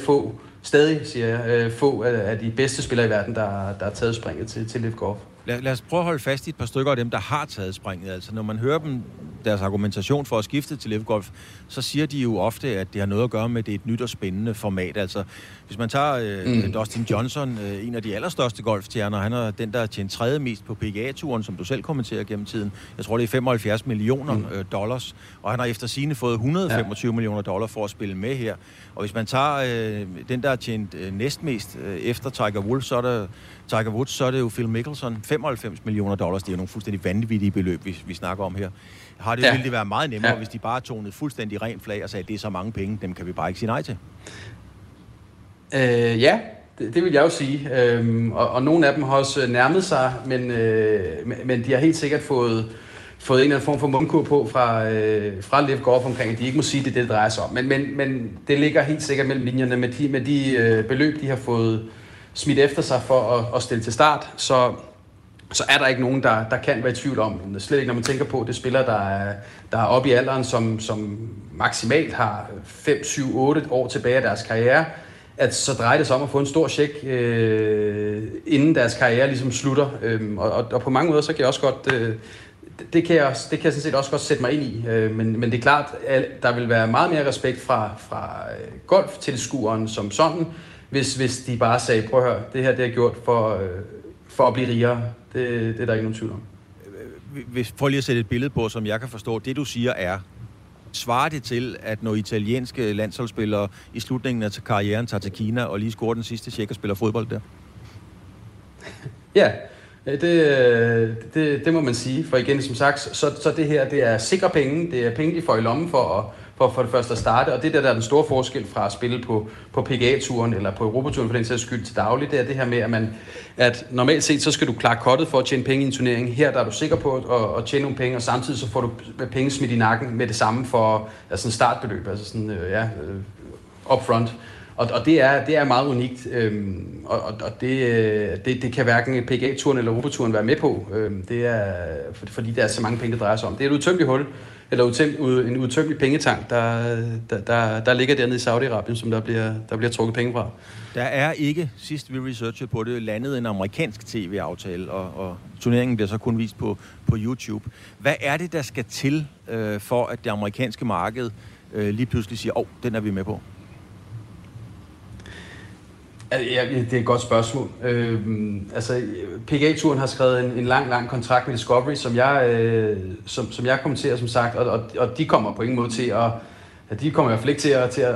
få af de bedste spillere i verden, der har taget springet til Live Golf. Lad os prøve at holde fast i et par stykker af dem, der har taget springet. Altså, når man hører dem, deres argumentation for at skifte til Live Golf, så siger de jo ofte, at det har noget at gøre med, at det er et nyt og spændende format. Altså, hvis man tager Dustin Johnson, en af de allerstørste golfstjerner, han er den, der har tjent tredje mest på PGA-turen, som du selv kommenterer gennem tiden. Jeg tror, det er 75 millioner dollars, og han har efter sigende fået 125 millioner dollars for at spille med her. Og hvis man tager den, der har tjent næstmest efter Tiger Woods, så er det jo Phil Mickelson. 95 millioner dollars, det er jo nogle fuldstændig vanvittige beløb, vi snakker om her. Ville det være meget nemmere, hvis de bare tonede fuldstændig rent flag og sagde, at det er så mange penge, dem kan vi bare ikke sige nej til? Ja, det vil jeg jo sige. Og nogle af dem har også nærmet sig, men de har helt sikkert fået en eller anden form for mundkur på fra Live Golf omkring, at de ikke må sige, det drejer sig om. Men det ligger helt sikkert mellem linjerne med de beløb, de har fået smidt efter sig for at stille til start, så er der ikke nogen, der kan være i tvivl om. Slet ikke, når man tænker på, det spillere, der er oppe i alderen, som maksimalt har 5, 7, 8 år tilbage af deres karriere, at så drejer det sig om at få en stor check, inden deres karriere ligesom slutter. Og på mange måder, så kan jeg også godt... Det kan jeg sådan set også godt sætte mig ind i, men det er klart, at der vil være meget mere respekt fra golftilskueren som sådan, hvis de bare sagde, prøv at høre, det her det er gjort for at blive rigere. Det er der ikke nogen tvivl om. For lige at sætte et billede på, som jeg kan forstå, det du siger er, svarer det til, at når italienske landsholdsspillere i slutningen af karrieren tager til Kina og lige scorer den sidste check og spiller fodbold der? Ja, det må man sige. For igen, som sagt, så det her, det er sikre penge. Det er penge, de får i lommen for det første at starte. Og det der er den store forskel fra at spille på PGA-turen eller på Europaturen for den sags skyld til daglig, det er det her med, at normalt set, så skal du klare kottet for at tjene penge i en turnering. Her der er du sikker på at tjene nogle penge, og samtidig så får du penge smidt i nakken med det samme for sådan startbeløb, altså sådan, upfront. Og det er meget unikt, og det kan hverken PGA-turen eller Europaturen være med på. Det er, fordi der er så mange penge, der drejer sig om. Det er et udtømmeligt hul, eller en udtømmelig pengetank, der ligger dernede i Saudi-Arabien, som der bliver trukket penge fra. Der er ikke, sidst vi researchede på det, landet en amerikansk tv-aftale, og turneringen bliver så kun vist på YouTube. Hvad er det, der skal til for, at det amerikanske marked lige pludselig siger, den er vi med på? Ja, det er et godt spørgsmål. PGA-turen har skrevet en lang kontrakt med Discovery, som jeg kommenterer, som sagt, og de kommer på ingen måde til de kommer i hvert fald ikke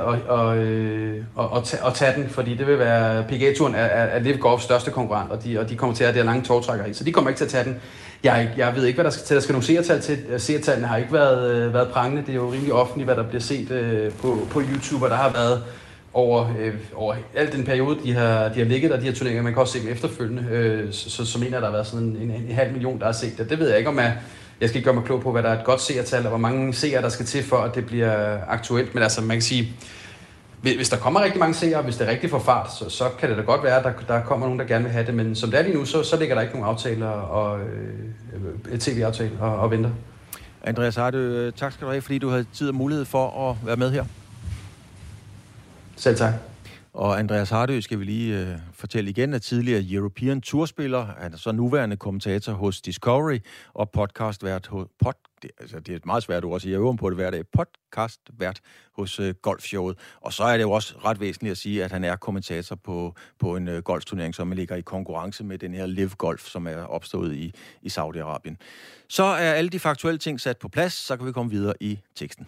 til at tage den, fordi det vil være PGA-turen er Live Golfs største konkurrent, og de kommer til at have det her lange tårtrækker i, så de kommer ikke til at tage den. Jeg ved ikke, hvad der skal til. Der skal nogle seertal til. Seertallene har ikke været prangende. Det er jo rimelig offentligt, hvad der bliver set på YouTube, og der har været over al den periode, de har ligget der, de her turneringer. Man kan også se dem efterfølgende. Så mener jeg, der har været sådan en 500.000, der har set det. Det ved jeg ikke, om jeg skal ikke gøre mig klog på, hvad der er et godt seertal, og hvor mange seere, der skal til, for at det bliver aktuelt. Men altså, man kan sige, hvis der kommer rigtig mange seere, hvis det er rigtig for fart, så kan det da godt være, at der kommer nogen, der gerne vil have det. Men som det er lige nu, så ligger der ikke nogen aftaler og tv-aftale og venter. Andreas Hardy, tak skal du have, fordi du havde tid og mulighed for at være med her. Selv tak. Og Andreas Hardø skal vi lige fortælle igen, at tidligere European Tour-spiller, han er så nuværende kommentator hos Discovery og podcastvært hos det er et meget svært ord at sige, jeg øver på det hver dag, podcastvært hos golfshowet. Og så er det jo også ret væsentligt at sige, at han er kommentator på en golfturnering, som ligger i konkurrence med den her Live Golf, som er opstået i Saudi-Arabien. Så er alle de faktuelle ting sat på plads, så kan vi komme videre i teksten.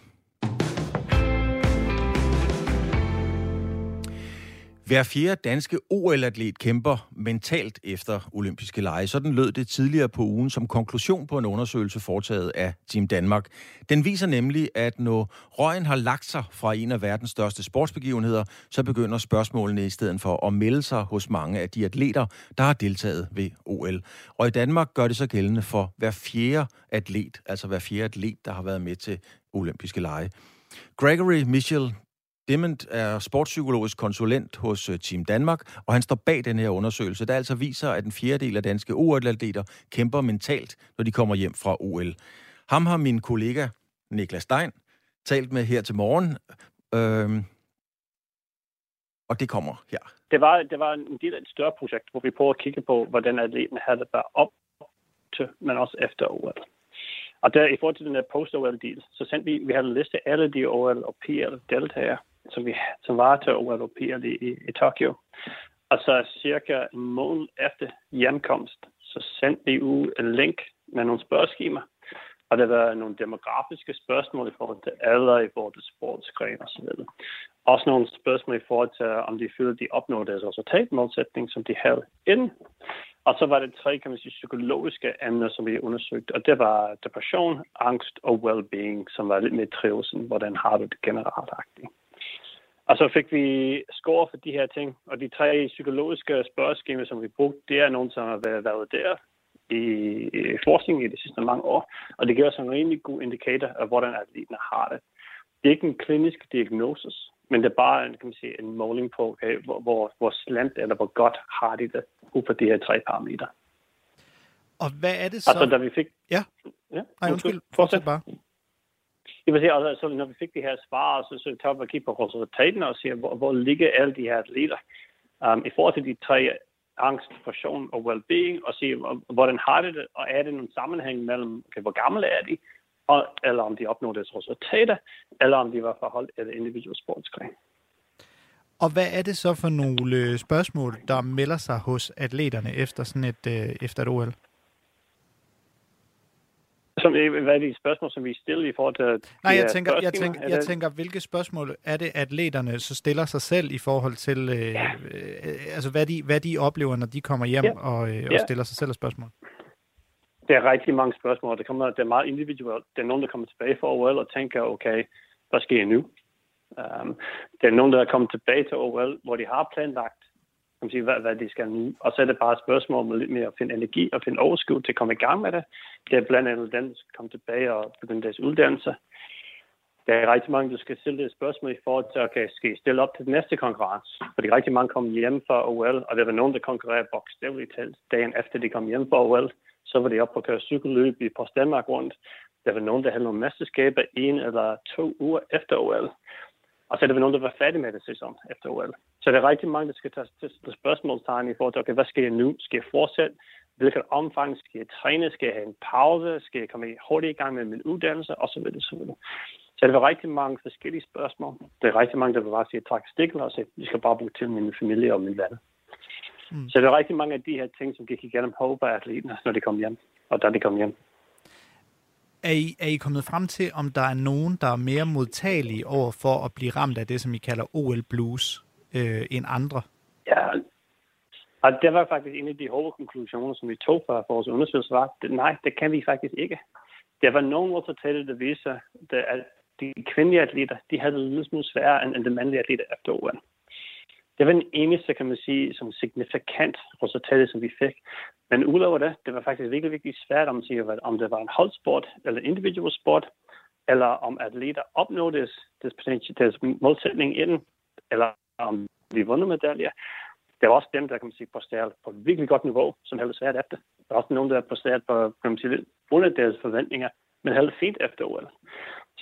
Hver fjerde danske OL-atlet kæmper mentalt efter olympiske lege. Sådan lød det tidligere på ugen som konklusion på en undersøgelse foretaget af Team Danmark. Den viser nemlig, at når røgen har lagt sig fra en af verdens største sportsbegivenheder, så begynder spørgsmålene i stedet for at melde sig hos mange af de atleter, der har deltaget ved OL. Og i Danmark gør det så gældende for hver fjerde atlet, der har været med til olympiske lege. Gregory Mitchell Dement er sportspsykologisk konsulent hos Team Danmark, og han står bag den her undersøgelse, der altså viser, at en fjerdedel af danske OL-atleter kæmper mentalt, når de kommer hjem fra OL. Ham har min kollega Niklas Stein talt med her til morgen, og det kommer her. Det var en del af et større projekt, hvor vi prøver at kigge på, hvordan atleten havde det bare op til, men også efter OL. Og der i forhold til den her post-OL-deal, så sendte vi havde en liste af alle de OL og PL-deltagere, som var til OL og PL i Tokyo. Og så cirka en måned efter hjemkomst, så sendte vi ud en link med nogle spørgeskemaer. Og der var nogle demografiske spørgsmål i forhold til alder, i forhold til sportsgren og så videre. Også nogle spørgsmål i forhold til, om de følte, de opnåede deres resultatmålsætning, som de havde inden. Og så var det 3, kan man sige, psykologiske emner, som vi undersøgte. Og det var depression, angst og well-being, som var lidt mere trivsel. Hvordan har du det generelt-agtigt? Og så fik vi score for de her ting. Og de 3 psykologiske spørgeskemaer, som vi brugte, det er nogle, som har været valideret i forskning i de sidste mange år. Og det giver os en rimelig god indikator af, hvordan atleten har det. Det er ikke en klinisk diagnosis, men det er bare kan man sige, en måling på, okay, hvor slemt eller hvor godt har de det ud fra de her 3 parametre. Og hvad er det så? Altså, da vi fik... Ja. Nej, undskyld. Fortsæt bare. Jeg vil sige, altså, når vi fik de her svar, så tager vi at kigge på resultaterne og se, hvor ligger alle de her atleter. I forhold til de 3 angst, depression og well-being, og se, hvordan har det, og er det nogle sammenhæng mellem, okay, hvor gamle er de, eller om de opnår deres resultater, eller om de var forholdt af det individuelle sportsgren. Og hvad er det så for nogle spørgsmål, der melder sig hos atleterne efter sådan et OL? Hvad er de spørgsmål, som vi stiller i forhold til... Nej, jeg tænker, hvilke spørgsmål er det, atleterne så stiller sig selv i forhold til, altså hvad de oplever, når de kommer hjem og stiller sig selv spørgsmål? Der er rigtig mange spørgsmål. Det er meget individuelt. Der er nogen, der kommer tilbage fra OL og tænker, okay, hvad sker nu? Der er nogen, der er kommet tilbage til OL, hvor de har planlagt, kan man sige, hvad de skal nu. Og så er det bare et spørgsmål om lidt mere at finde energi og finde overskud til at komme i gang med det. Det er blandt andet dem, der skal komme tilbage og begynde deres uddannelse. Der er rigtig mange, der skal stille et spørgsmål i forhold til, okay, skal I stille op til den næste konkurrence? Fordi rigtig mange kommer hjem fra OL, og der var nogen, der konkurrerer bogstaveligt talt dagen efter de kom hjem fra OL. Så var de oppe på at køre cykelløb i Post Danmark rundt. Der var nogen, der havde nogle mesterskaber 1 eller 2 uger efter OL. Og så er der nogen, der var færdige med det sæson efter OL. Så der er rigtig mange, der skal tage spørgsmålstegn i forhold til, okay, hvad skal jeg nu? Skal jeg fortsætte? Hvilket omfang skal jeg træne? Skal jeg have en pause? Skal jeg komme hurtigt i gang med min uddannelse? Og så videre, så videre. Så der var rigtig mange forskellige spørgsmål. Der er rigtig mange, der vil bare sige, trække stikkel og sige, vi skal bare bruge til min familie og min venner. Så der er rigtig mange af de her ting, som gik igennem hovedet på atleterne, når de kom hjem, og da de kom hjem. Er I kommet frem til, om der er nogen, der er mere modtagelige over for at blive ramt af det, som I kalder OL Blues, end andre? Ja, og det var faktisk en af de hovedkonklusioner, som vi tog fra vores undersøgelse, var, nej, det kan vi faktisk ikke. Der var nogle resultater, der viser, at de kvindelige atleter, de havde det lidt smule sværere end de mandlige atleter efter OL. Det var den eneste, kan man sige, som signifikant resultat, som vi fik. Men udover det, det var faktisk virkelig svært om det var en holdsport eller individuel sport, eller om atleter opnåede deres målsætning inden, eller om de vundet medaljer. Der var også dem, der kan man sige, præsterede på et virkelig godt niveau, som havde det svært efter. Der var også nogen, der præsterede på, kan man sige, under deres forventninger, men havde det fint efter OL.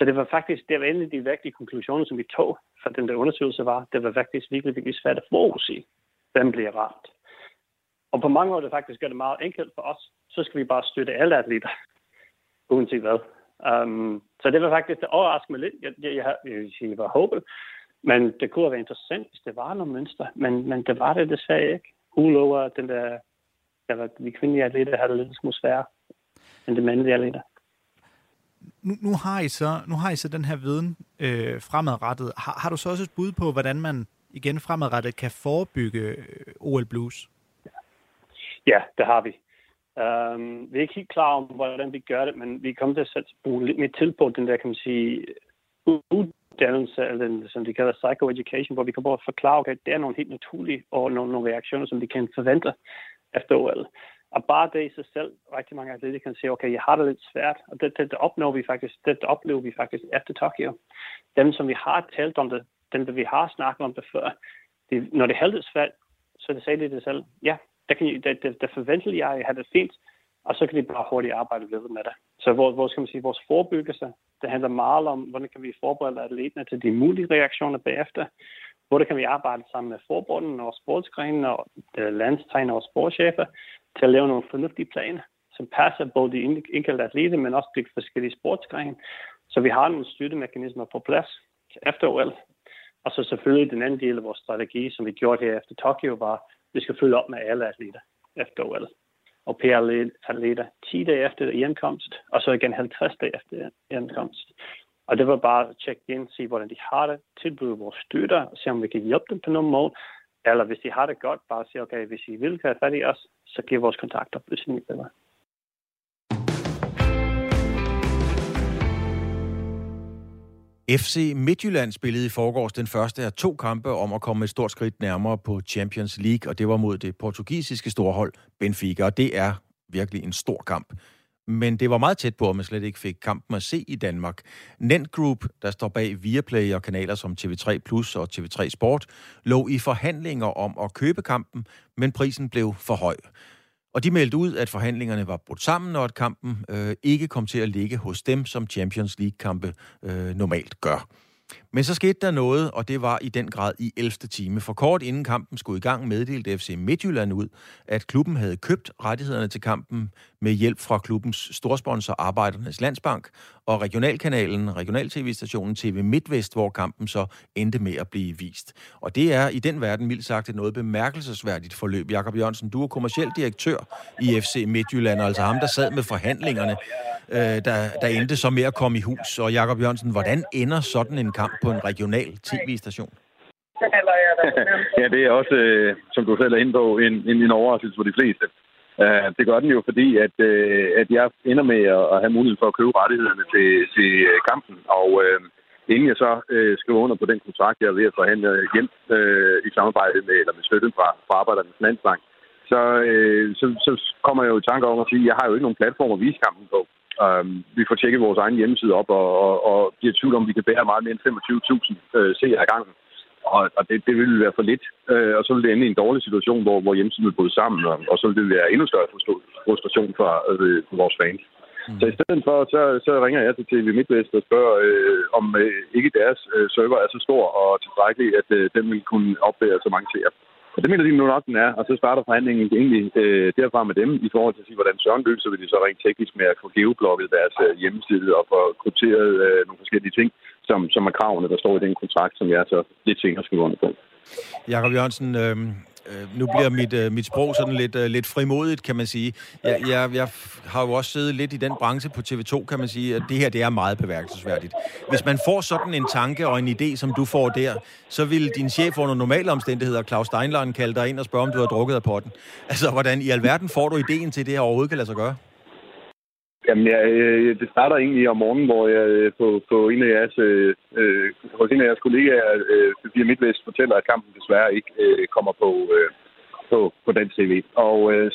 Så det var faktisk, det var en af de vigtige konklusioner, som vi tog fra den der undersøgelse var, det var faktisk virkelig svært at forudse, hvem bliver ramt. Og på mange måder det faktisk gør det meget enkelt for os. Så skal vi bare støtte alle atleter, uanset hvad. Så det var faktisk, det overraskede mig lidt. Jeg vil sige, jeg var håbet. Men det kunne have været interessant, hvis det var nogle mønster. Men det var det desværre ikke. Udover den der de kvindelige atleter havde det lidt smule sværere end de mandlige atleter. Nu har I så den her viden fremadrettet. Har du så også et bud på, hvordan man igen fremadrettet kan forebygge OL Blues? Ja, det har vi. Vi er ikke helt klar om, hvordan vi gør det, men vi kommer til at bruge lidt mere til på den der, kan man sige, uddannelse, eller den, som de kalder psychoeducation, hvor vi kan bare forklare, at det er nogle helt naturlige og nogle reaktioner, som de kan forvente efter OL. Og bare det i sig selv, rigtig mange atleter kan sige, okay, jeg har det lidt svært, og det oplever vi faktisk efter Tokyo. Dem, som vi har talt om det, dem, vi har snakket om det før, når det er helt svært, så det sagde det selv, ja, der forventer jeg at have det fint, og så kan de bare hurtigt arbejde videre med det. Så vores forebyggelse, det handler meget om, hvordan kan vi forberede atleterne til de mulige reaktioner bagefter. Hvordan kan vi arbejde sammen med forbundene og sportsgrenen og landstræner og sportschefer til at lave nogle fornuftige planer, som passer både de enkelte atleter, men også de forskellige sportsgrene. Så vi har nogle støttemekanismer på plads efter OL. Og så selvfølgelig den anden del af vores strategi, som vi gjorde her efter Tokyo, var, at vi skal følge op med alle atleter efter OL. Og per-atleter 10 dage efter hjemkomst, og så igen 50 dage efter hjemkomst. Og det var bare at tjekke ind, se hvordan de har det, tilbyde vores støtter, se om vi kan hjælpe dem på nogen måde. Eller hvis de har det godt, bare sige, okay, hvis I vil have fat i os, så giv vores kontaktoplysninger bedre. FC Midtjylland spillede i forgårs den første af 2 kampe om at komme et stort skridt nærmere på Champions League, og det var mod det portugisiske storhold Benfica, og det er virkelig en stor kamp. Men det var meget tæt på, at man slet ikke fik kampen at se i Danmark. Nent Group, der står bag Viaplay og kanaler som TV3 Plus og TV3 Sport, lå i forhandlinger om at købe kampen, men prisen blev for høj. Og de meldte ud, at forhandlingerne var brudt sammen, og at kampen ikke kom til at ligge hos dem, som Champions League-kampe normalt gør. Men så skete der noget, og det var i den grad i 11. time. For kort inden kampen skulle i gang, meddelte FC Midtjylland ud, at klubben havde købt rettighederne til kampen med hjælp fra klubbens storsponsor Arbejdernes Landsbank og regionalkanalen, regional-tv-stationen TV MidtVest, hvor kampen så endte med at blive vist. Og det er i den verden mildt sagt et noget bemærkelsesværdigt forløb. Jakob Jørgensen, du er kommerciel direktør i FC Midtjylland, altså ham, der sad med forhandlingerne, der endte så med at komme i hus. Og Jakob Jørgensen, hvordan ender sådan en kamp på en regional tv-station? Ja, det er også, som du selv er inde på, en overraskelse for de fleste. Det gør den jo, fordi at jeg ender med at have mulighed for at købe rettighederne til kampen, og inden jeg så skriver under på den kontrakt, jeg er ved at forhandle hjem i samarbejde med støtten fra Arbejdernes Landsbank, så kommer jeg jo i tanke om at sige, at jeg har jo ikke nogen platform at vise kampen på. Vi får tjekket vores egen hjemmeside op, og bliver tvivl om, vi kan bære meget mere end 25.000 seere ad gangen. Og det ville være for lidt. Og så ville det ende i en dårlig situation, hvor hjemmesiden ville bryde sammen, og så ville det være endnu større frustration for vores fans. Så i stedet for, så ringer jeg til TV MidtVest og spørger, om ikke deres server er så stor og tilstrækkelig, at den vil kunne opbære så mange seere. Og det mener de nu nok, den er, og så starter forhandlingen egentlig derfra med dem i forhold til at sige, hvordan søren løser vi det så rent teknisk med at få geoblokket deres hjemmeside og få krypteret nogle forskellige ting, som er kravene, der står i den kontrakt, som jeg så lidt senere skriver under på. Jakob Jørgensen, nu bliver mit sprog sådan lidt frimodigt, kan man sige. Jeg har jo også siddet lidt i den branche på TV2, kan man sige, at det her det er meget bemærkelsesværdigt. Hvis man får sådan en tanke og en idé, som du får der, så vil din chef under normale omstændigheder, Claus Steinlein, kalde dig ind og spørge, om du har drukket af potten. Altså, hvordan i alverden får du ideen til det her overhovedet kan lade sig gøre? Jamen, det starter egentlig om morgenen, hvor jeg på en af jeres kollegaer via MidtVest fortæller, at kampen desværre ikke kommer på dansk tv. Og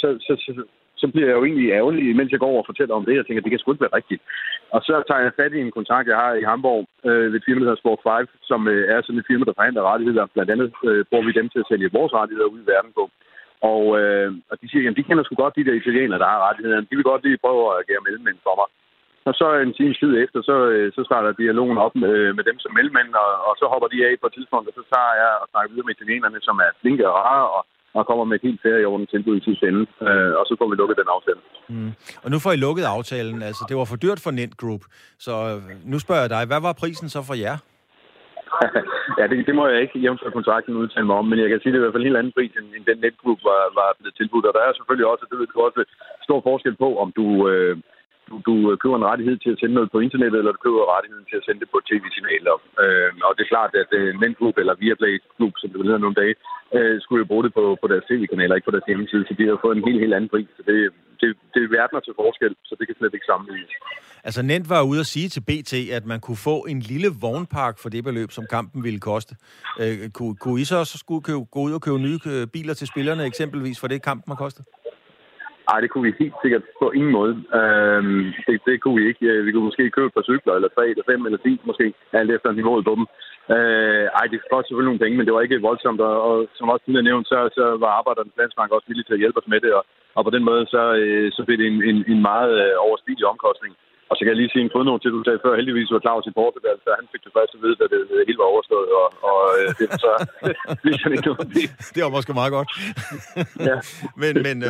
så bliver jeg jo egentlig ærgerlig, mens jeg går over og fortæller om det. Jeg tænker, det kan sgu ikke være rigtigt. Og så tager jeg fat i en kontrakt, jeg har i Hamburg ved et firma, der hedder Sport 5, som er sådan et firma, der forhandler rettigheder. Blandt andet bruger vi dem til at sælge vores rettigheder ud i verden på. Og de siger, at de kender sgu godt de der italienere, der har rettighederne. De vil godt lige prøve at agere mellemmænd for mig. Og så en times tid efter, så starter dialogen op med dem som mellemmænd, og så hopper de af på et tidspunkt, og så tager jeg og snakker videre med italienerne, som er flinke og rare, og kommer med et helt fair i orden tilbud i sidste ende. Og så får vi lukket den aftale. Mm. Og nu får I lukket aftalen. Altså, det var for dyrt for Nent Group. Så nu spørger jeg dig, hvad var prisen så for jer? Ja, det må jeg ikke jævnfør kontrakten udtale mig om, men jeg kan sige, det er i hvert fald en helt anden pris, end den Nent Group var blevet tilbudt. Og der er selvfølgelig også, det ved du også, stor forskel på, om du køber en rettighed til at sende noget på internettet, eller du køber rettigheden til at sende det på tv-signaler. Og det er klart, at Nent Group eller Viaplay Group, som det hedder nogle dage, skulle jo bruge det på deres tv-kanaler, ikke på deres hjemmeside, så de har fået en helt anden pris. Så det er verdener til forskel, så det kan slet ikke sammenlignes. Altså, Nent var ude at sige til BT, at man kunne få en lille vognpark for det beløb, som kampen ville koste. Kunne I så også gå ud og købe nye biler til spillerne, eksempelvis, for det kampen har kostet? Nej, det kunne vi helt sikkert på ingen måde. Det kunne vi ikke. Vi kunne måske købe et par cykler, eller 3, eller 5, eller 10 måske, alt efter niveauet på dem. Det koster selvfølgelig nogle penge, men det var ikke voldsomt, og som også tidligere nævnt, så var Arbejdernes Landsbank også villige til at hjælpe os med det, og på den måde så blev det en meget overstigelig omkostning. Og så kan jeg lige sige en fodnote til, du sagde før, heldigvis var Claus i Portugal, så han fik det først at vide, da det hele var overstået, og det var så ligesom ikke noget. Det var måske meget godt. Ja, men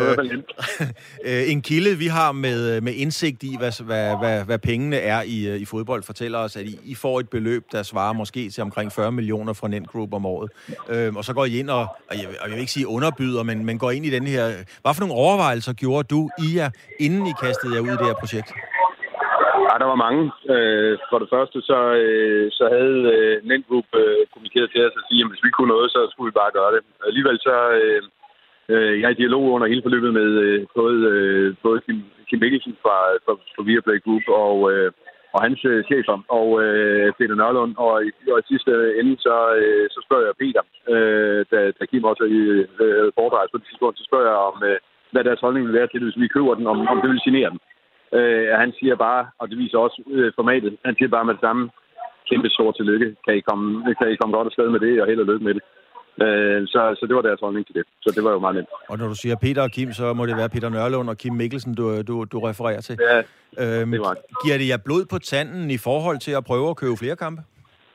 en kilde, vi har med indsigt i, hvad pengene er i fodbold, fortæller os, at I får et beløb, der svarer måske til omkring 40 millioner fra Nent Group om året. Og så går I ind, og jeg vil ikke sige underbyder, men går ind i den her. Hvad for nogle overvejelser gjorde du inden I kastede jer ud i det her projekt? Ja, der var mange. For det første, så havde Nent Group kommunikeret til os at sige, at hvis vi kunne noget, så skulle vi bare gøre det. Alligevel så jeg er i dialog under hele forløbet med både Kim Mikkelsen fra Viaplay Group og hans chefer og Peter Nørlund. Og i sidste ende, så spørger jeg Peter, da Kim også foredraget på det tidspunkt, så spørger jeg om, hvad deres holdning vil være til det, hvis vi køber den, om det vil signere den. Han siger bare, og det viser også formatet, han siger bare med det samme, kæmpe stort tillykke, kan I komme godt afsted med det, og held og lykke med det. Så det var deres holdning til det. Så det var jo meget nemt. Og når du siger Peter og Kim, så må det være Peter Nørlund og Kim Mikkelsen, du refererer til. Ja, det var det. Giver det jer blod på tanden i forhold til at prøve at købe flere kampe?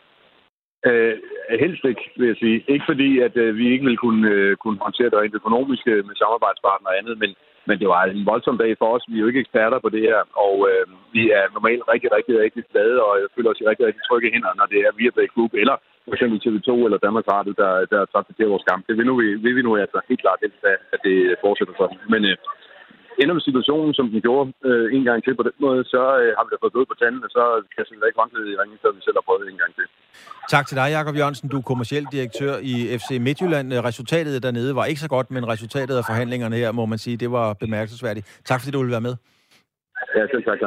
Helst ikke, vil jeg sige. Ikke fordi, at vi ikke ville kunne håndtere det rent økonomisk med samarbejdspartnere og andet, men det var en voldsom dag for os. Vi er jo ikke eksperter på det her, og vi er normalt rigtig glade, og jeg føler os i rigtig trygge hænder, når det er Viaplay Group, eller for eksempel TV2 eller Danmarks Radio, der transporterer vores kamp. Det vil vi nu altså helt klart helst have, at det fortsætter sådan. Men ender med situationen, som den gjorde en gang til på den måde, så har vi da fået blod på tanden, og så kan vi ikke håndklæde i ringen, så vi selv har prøvet en gang til. Tak til dig, Jakob Jørgensen. Du er kommerciel direktør i FC Midtjylland. Resultatet dernede var ikke så godt, men resultatet af forhandlingerne her, må man sige, det var bemærkelsesværdigt. Tak fordi du ville være med. Ja, selv tak.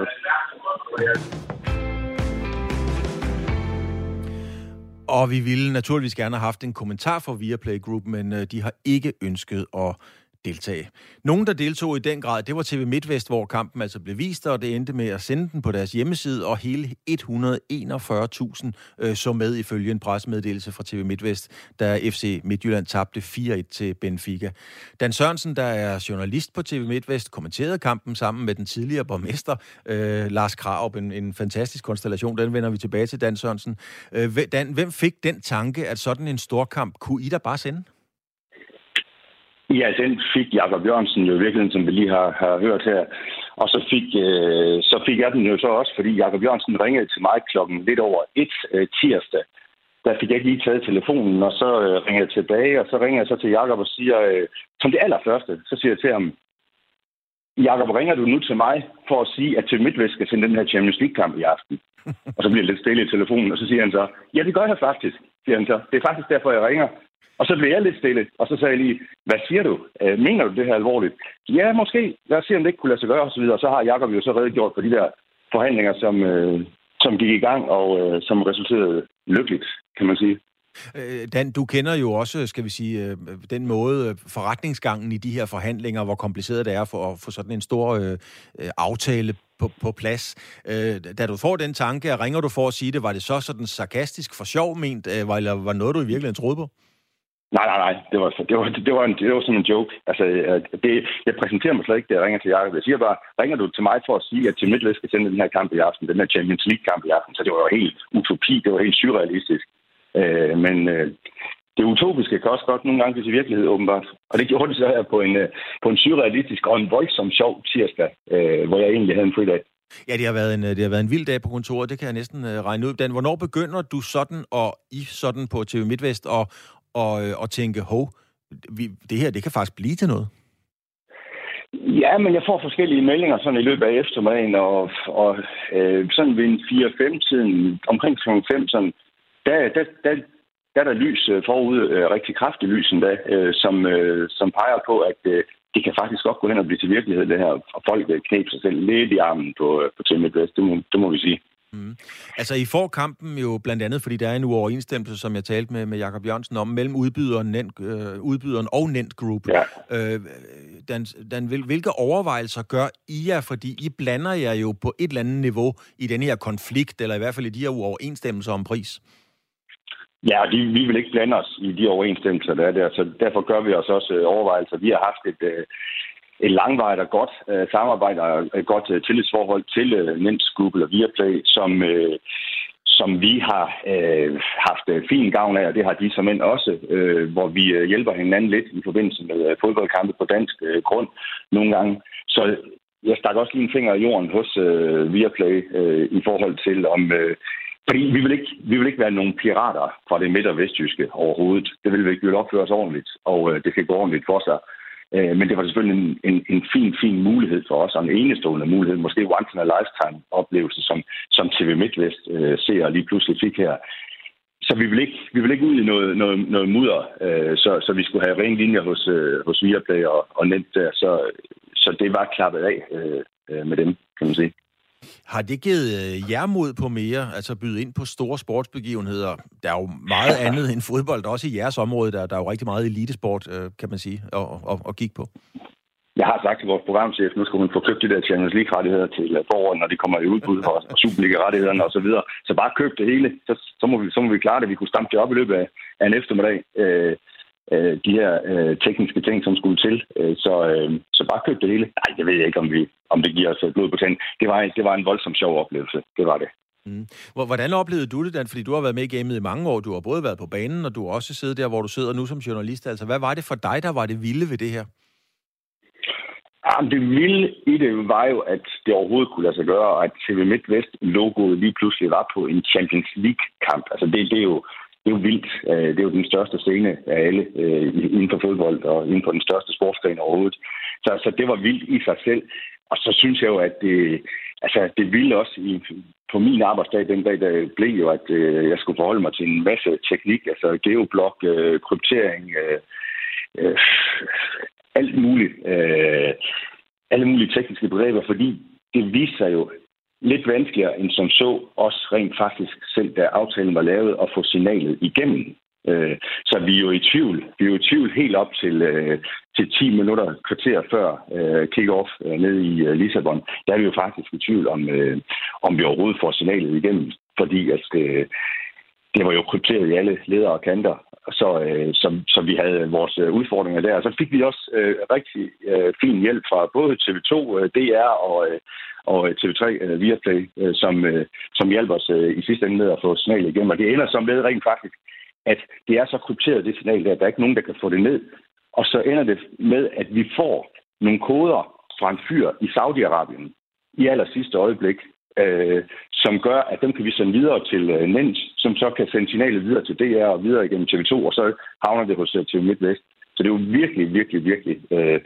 Og vi ville naturligvis gerne have haft en kommentar fra Viaplay Group, men de har ikke ønsket at deltage. Nogen, der deltog i den grad, det var TV MidtVest, hvor kampen altså blev vist, og det endte med at sende den på deres hjemmeside, og hele 141.000 så med ifølge en pressemeddelelse fra TV MidtVest, da FC Midtjylland tabte 4-1 til Benfica. Dan Sørensen, der er journalist på TV MidtVest, kommenterede kampen sammen med den tidligere borgmester, Lars Krarup. En fantastisk konstellation, den vender vi tilbage til, Dan Sørensen. Dan, hvem fik den tanke, at sådan en storkamp kunne I da bare sende? Ja, den fik Jakob Jørgensen jo i virkeligheden, som vi lige har hørt her. Og så fik jeg den jo så også, fordi Jakob Jørgensen ringede til mig klokken lidt over 1 tirsdag. Der fik jeg ikke lige taget telefonen, og så ringer jeg tilbage, og så ringer jeg så til Jakob og siger, som det allerførste, så siger jeg til ham, Jakob, ringer du nu til mig for at sige, at TV MidtVest skal sende den her Champions League-kamp i aften? Og så bliver jeg lidt stille i telefonen, og så siger han så, ja, det gør jeg faktisk, siger han så. Det er faktisk derfor, jeg ringer. Og så blev jeg lidt stille, og så sagde jeg lige, hvad siger du? Mener du det her alvorligt? Ja, måske. Lad os se, om det ikke kunne lade sig gøre, og så videre. Og så har Jakob jo så redegjort for de der forhandlinger, som gik i gang, og som resulterede lykkeligt, kan man sige. Dan, du kender jo også, skal vi sige, den måde, forretningsgangen i de her forhandlinger, hvor kompliceret det er for at få sådan en stor aftale på plads. Da du får den tanke, ringer du for at sige det, var det så sådan sarkastisk for sjov ment, eller var noget, du i virkeligheden troede på? Nej. Det var sådan en joke. Altså, jeg præsenterer mig slet ikke, da jeg ringer til Jacob. Jeg siger bare, ringer du til mig for at sige, at Team Midtvest skal sende den her kamp i aften, den her Champions League-kamp i aften, så det var jo helt utopi, det var helt surrealistisk. Men det utopiske kan også godt nogle gange blive til virkelighed, åbenbart. Og det gjorde det så her på en surrealistisk og en voldsom sjov tirsdag, hvor jeg egentlig havde en fridag. Ja, det har været en vild dag på kontoret, det kan jeg næsten regne ud. Dan, hvornår begynder du sådan på TV Midtvest og tænke, det her, det kan faktisk blive til noget? Ja, men jeg får forskellige meldinger sådan i løbet af eftermiddagen, og sådan ved 4-5-tiden, omkring 5, sådan, der er der lys forud, rigtig kraftigt lys endda, som peger på, at det kan faktisk godt gå hen og blive til virkelighed, det her. Og folk knep sig selv lidt i armen på TV Midtvest, det må vi sige. Mm. Altså, I får kampen jo blandt andet, fordi der er en uoverensstemmelse, som jeg talte med Jacob Jørgensen om, mellem udbyderen og Nent Group. Ja. Hvilke overvejelser gør I jer? Fordi I blander jer jo på et eller andet niveau i denne her konflikt, eller i hvert fald i de her uoverensstemmelser om pris. Ja, vi vil ikke blande os i de overensstemmelser, der er der, så derfor gør vi os også overvejelser. Vi har haft et langvarigt og godt samarbejde og et godt tillidsforhold til Nent Group eller Viaplay, som vi har haft fin gavn af, og det har de som end også, hvor vi hjælper hinanden lidt i forbindelse med fodboldkampe på dansk grund nogle gange. Så jeg stak også lige en finger i jorden hos Viaplay i forhold til om... Fordi vi vil ikke være nogen pirater fra det midt- og vestjyske overhovedet. Det vil vi ikke. Vi vil opføre os ordentligt, og det skal gå ordentligt for sig. Men det var selvfølgelig en fin mulighed for os, og en enestående mulighed, måske once in a lifetime oplevelse, som TV Midtvest ser lige pludselig fik her. Så vi vil ikke ud i noget mudder, så vi skulle have ren linjer hos Viaplay og Nent der. Så det var klappet af med dem, kan man sige. Har det givet jer mod på mere, altså byde ind på store sportsbegivenheder? Der er jo meget andet end fodbold, også i jeres område. Der er jo rigtig meget elitesport, kan man sige, at kigge på. Jeg har sagt til vores programchef, nu skal hun få købt de der Champions League-rettigheder til foråret, når de kommer i udbud, og Superliga-rettighederne osv. Så bare køb det hele, så må vi klare det. Vi kunne stampe det op i løbet af en eftermiddag. De her tekniske ting, som skulle til. Så bare køb det hele. Nej, det ved jeg ikke, om det giver os blod på tanden. Det var en voldsom sjov oplevelse. Det var det. Mm. Hvordan oplevede du det, Dan? Fordi du har været med i gamet i mange år. Du har både været på banen, og du har også siddet der, hvor du sidder nu som journalist. Altså, hvad var det for dig, der var det vilde ved det her? Det vilde i det var jo, at det overhovedet kunne lade sig gøre, og at TV Midtvest-logoet lige pludselig var på en Champions League-kamp. Altså, det er jo vildt. Det er jo den største scene af alle inden for fodbold og inden for den største sportsgren overhovedet. Så det var vildt i sig selv. Og så synes jeg jo, at det vilde også på min arbejdsdag den dag, der blev jo, at jeg skulle forholde mig til en masse teknik, altså geoblok, kryptering, alt muligt. Alle mulige tekniske begreber, fordi det viste sig jo lidt vanskeligere end som så, også rent faktisk selv, da aftalen var lavet, at få signalet igennem. Så vi er jo i tvivl. Vi er jo i tvivl helt op til 10 minutter, kvarter før kick-off nede i Lissabon. Der er vi jo faktisk i tvivl om vi overhovedet får signalet igennem, fordi at det var jo krypteret i alle ledere og kanter. Så vi havde vores udfordringer der. Og så fik vi også rigtig fin hjælp fra både TV2, DR og TV3 Viaplay, som hjalp os i sidste ende med at få signalet igennem. Og det ender som med rent faktisk, at det er så krypteret, det signal der, at der er ikke nogen, der kan få det ned. Og så ender det med, at vi får nogle koder fra en fyr i Saudi-Arabien i aller sidste øjeblik, som gør, at dem kan vi sende videre til Nent, som så kan sende signalet videre til DR og videre igennem TV2, og så havner det hos TV Midtvest. Så det er jo virkelig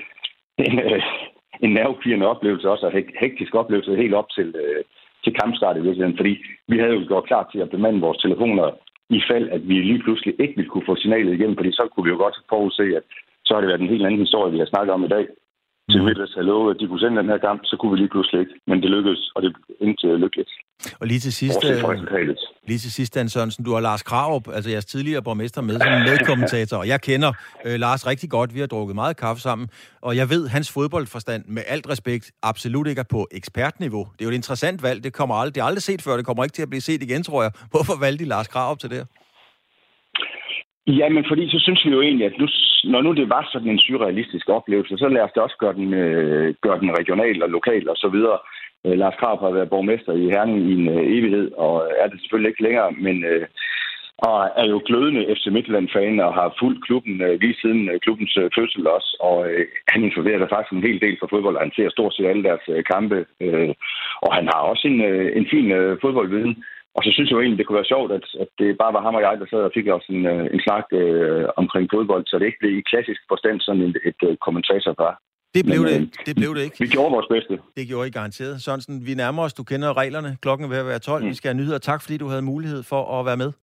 en nervepirrende oplevelse, også en hektisk oplevelse helt op til kampstart i virkeligheden, fordi vi havde jo gjort klar til at bemande vores telefoner i fald, at vi lige pludselig ikke ville kunne få signalet igennem, fordi så kunne vi jo godt forudse, at så har det været en helt anden historie, vi har snakket om i dag. Til Midtvest havde lovet, at de kunne sende den her kamp, så kunne vi lige pludselig ikke. Men det lykkedes, og det endte lykkedes. Og lige til sidst, Dan Sørensen, du har Lars Krarup, altså jeres tidligere borgmester, med som medkommentator, og jeg kender Lars rigtig godt. Vi har drukket meget kaffe sammen, og jeg ved, hans fodboldforstand, med alt respekt, absolut ikke er på ekspertniveau. Det er jo et interessant valg. Det er aldrig set før. Det kommer ikke til at blive set igen, tror jeg. Hvorfor valgte de Lars Krarup til det her? Ja, men fordi så synes vi jo egentlig, at når nu det var sådan en surrealistisk oplevelse, så lad os det også gøre den regional og lokal og så videre. Lars Krarup har været borgmester i Herning i en evighed, og er det selvfølgelig ikke længere, men og er jo glødende FC Midtjylland-fan og har fulgt klubben lige siden klubbens fødsel også. Og han involverer sig faktisk en hel del for fodbold, og han ser stort set alle deres kampe. Og han har også en fin fodboldviden. Og så synes jeg jo egentlig, det kunne være sjovt, at det bare var ham og jeg, der sad og fik også en snak omkring fodbold, så det ikke blev i klassisk forstand sådan et kommentatorpar. Det blev det ikke. Vi gjorde vores bedste. Det gjorde I garanteret. Sørensen, vi nærmer os. Du kender reglerne. Klokken er ved at være 12. Vi skal have nyheder. Tak, fordi du havde mulighed for at være med.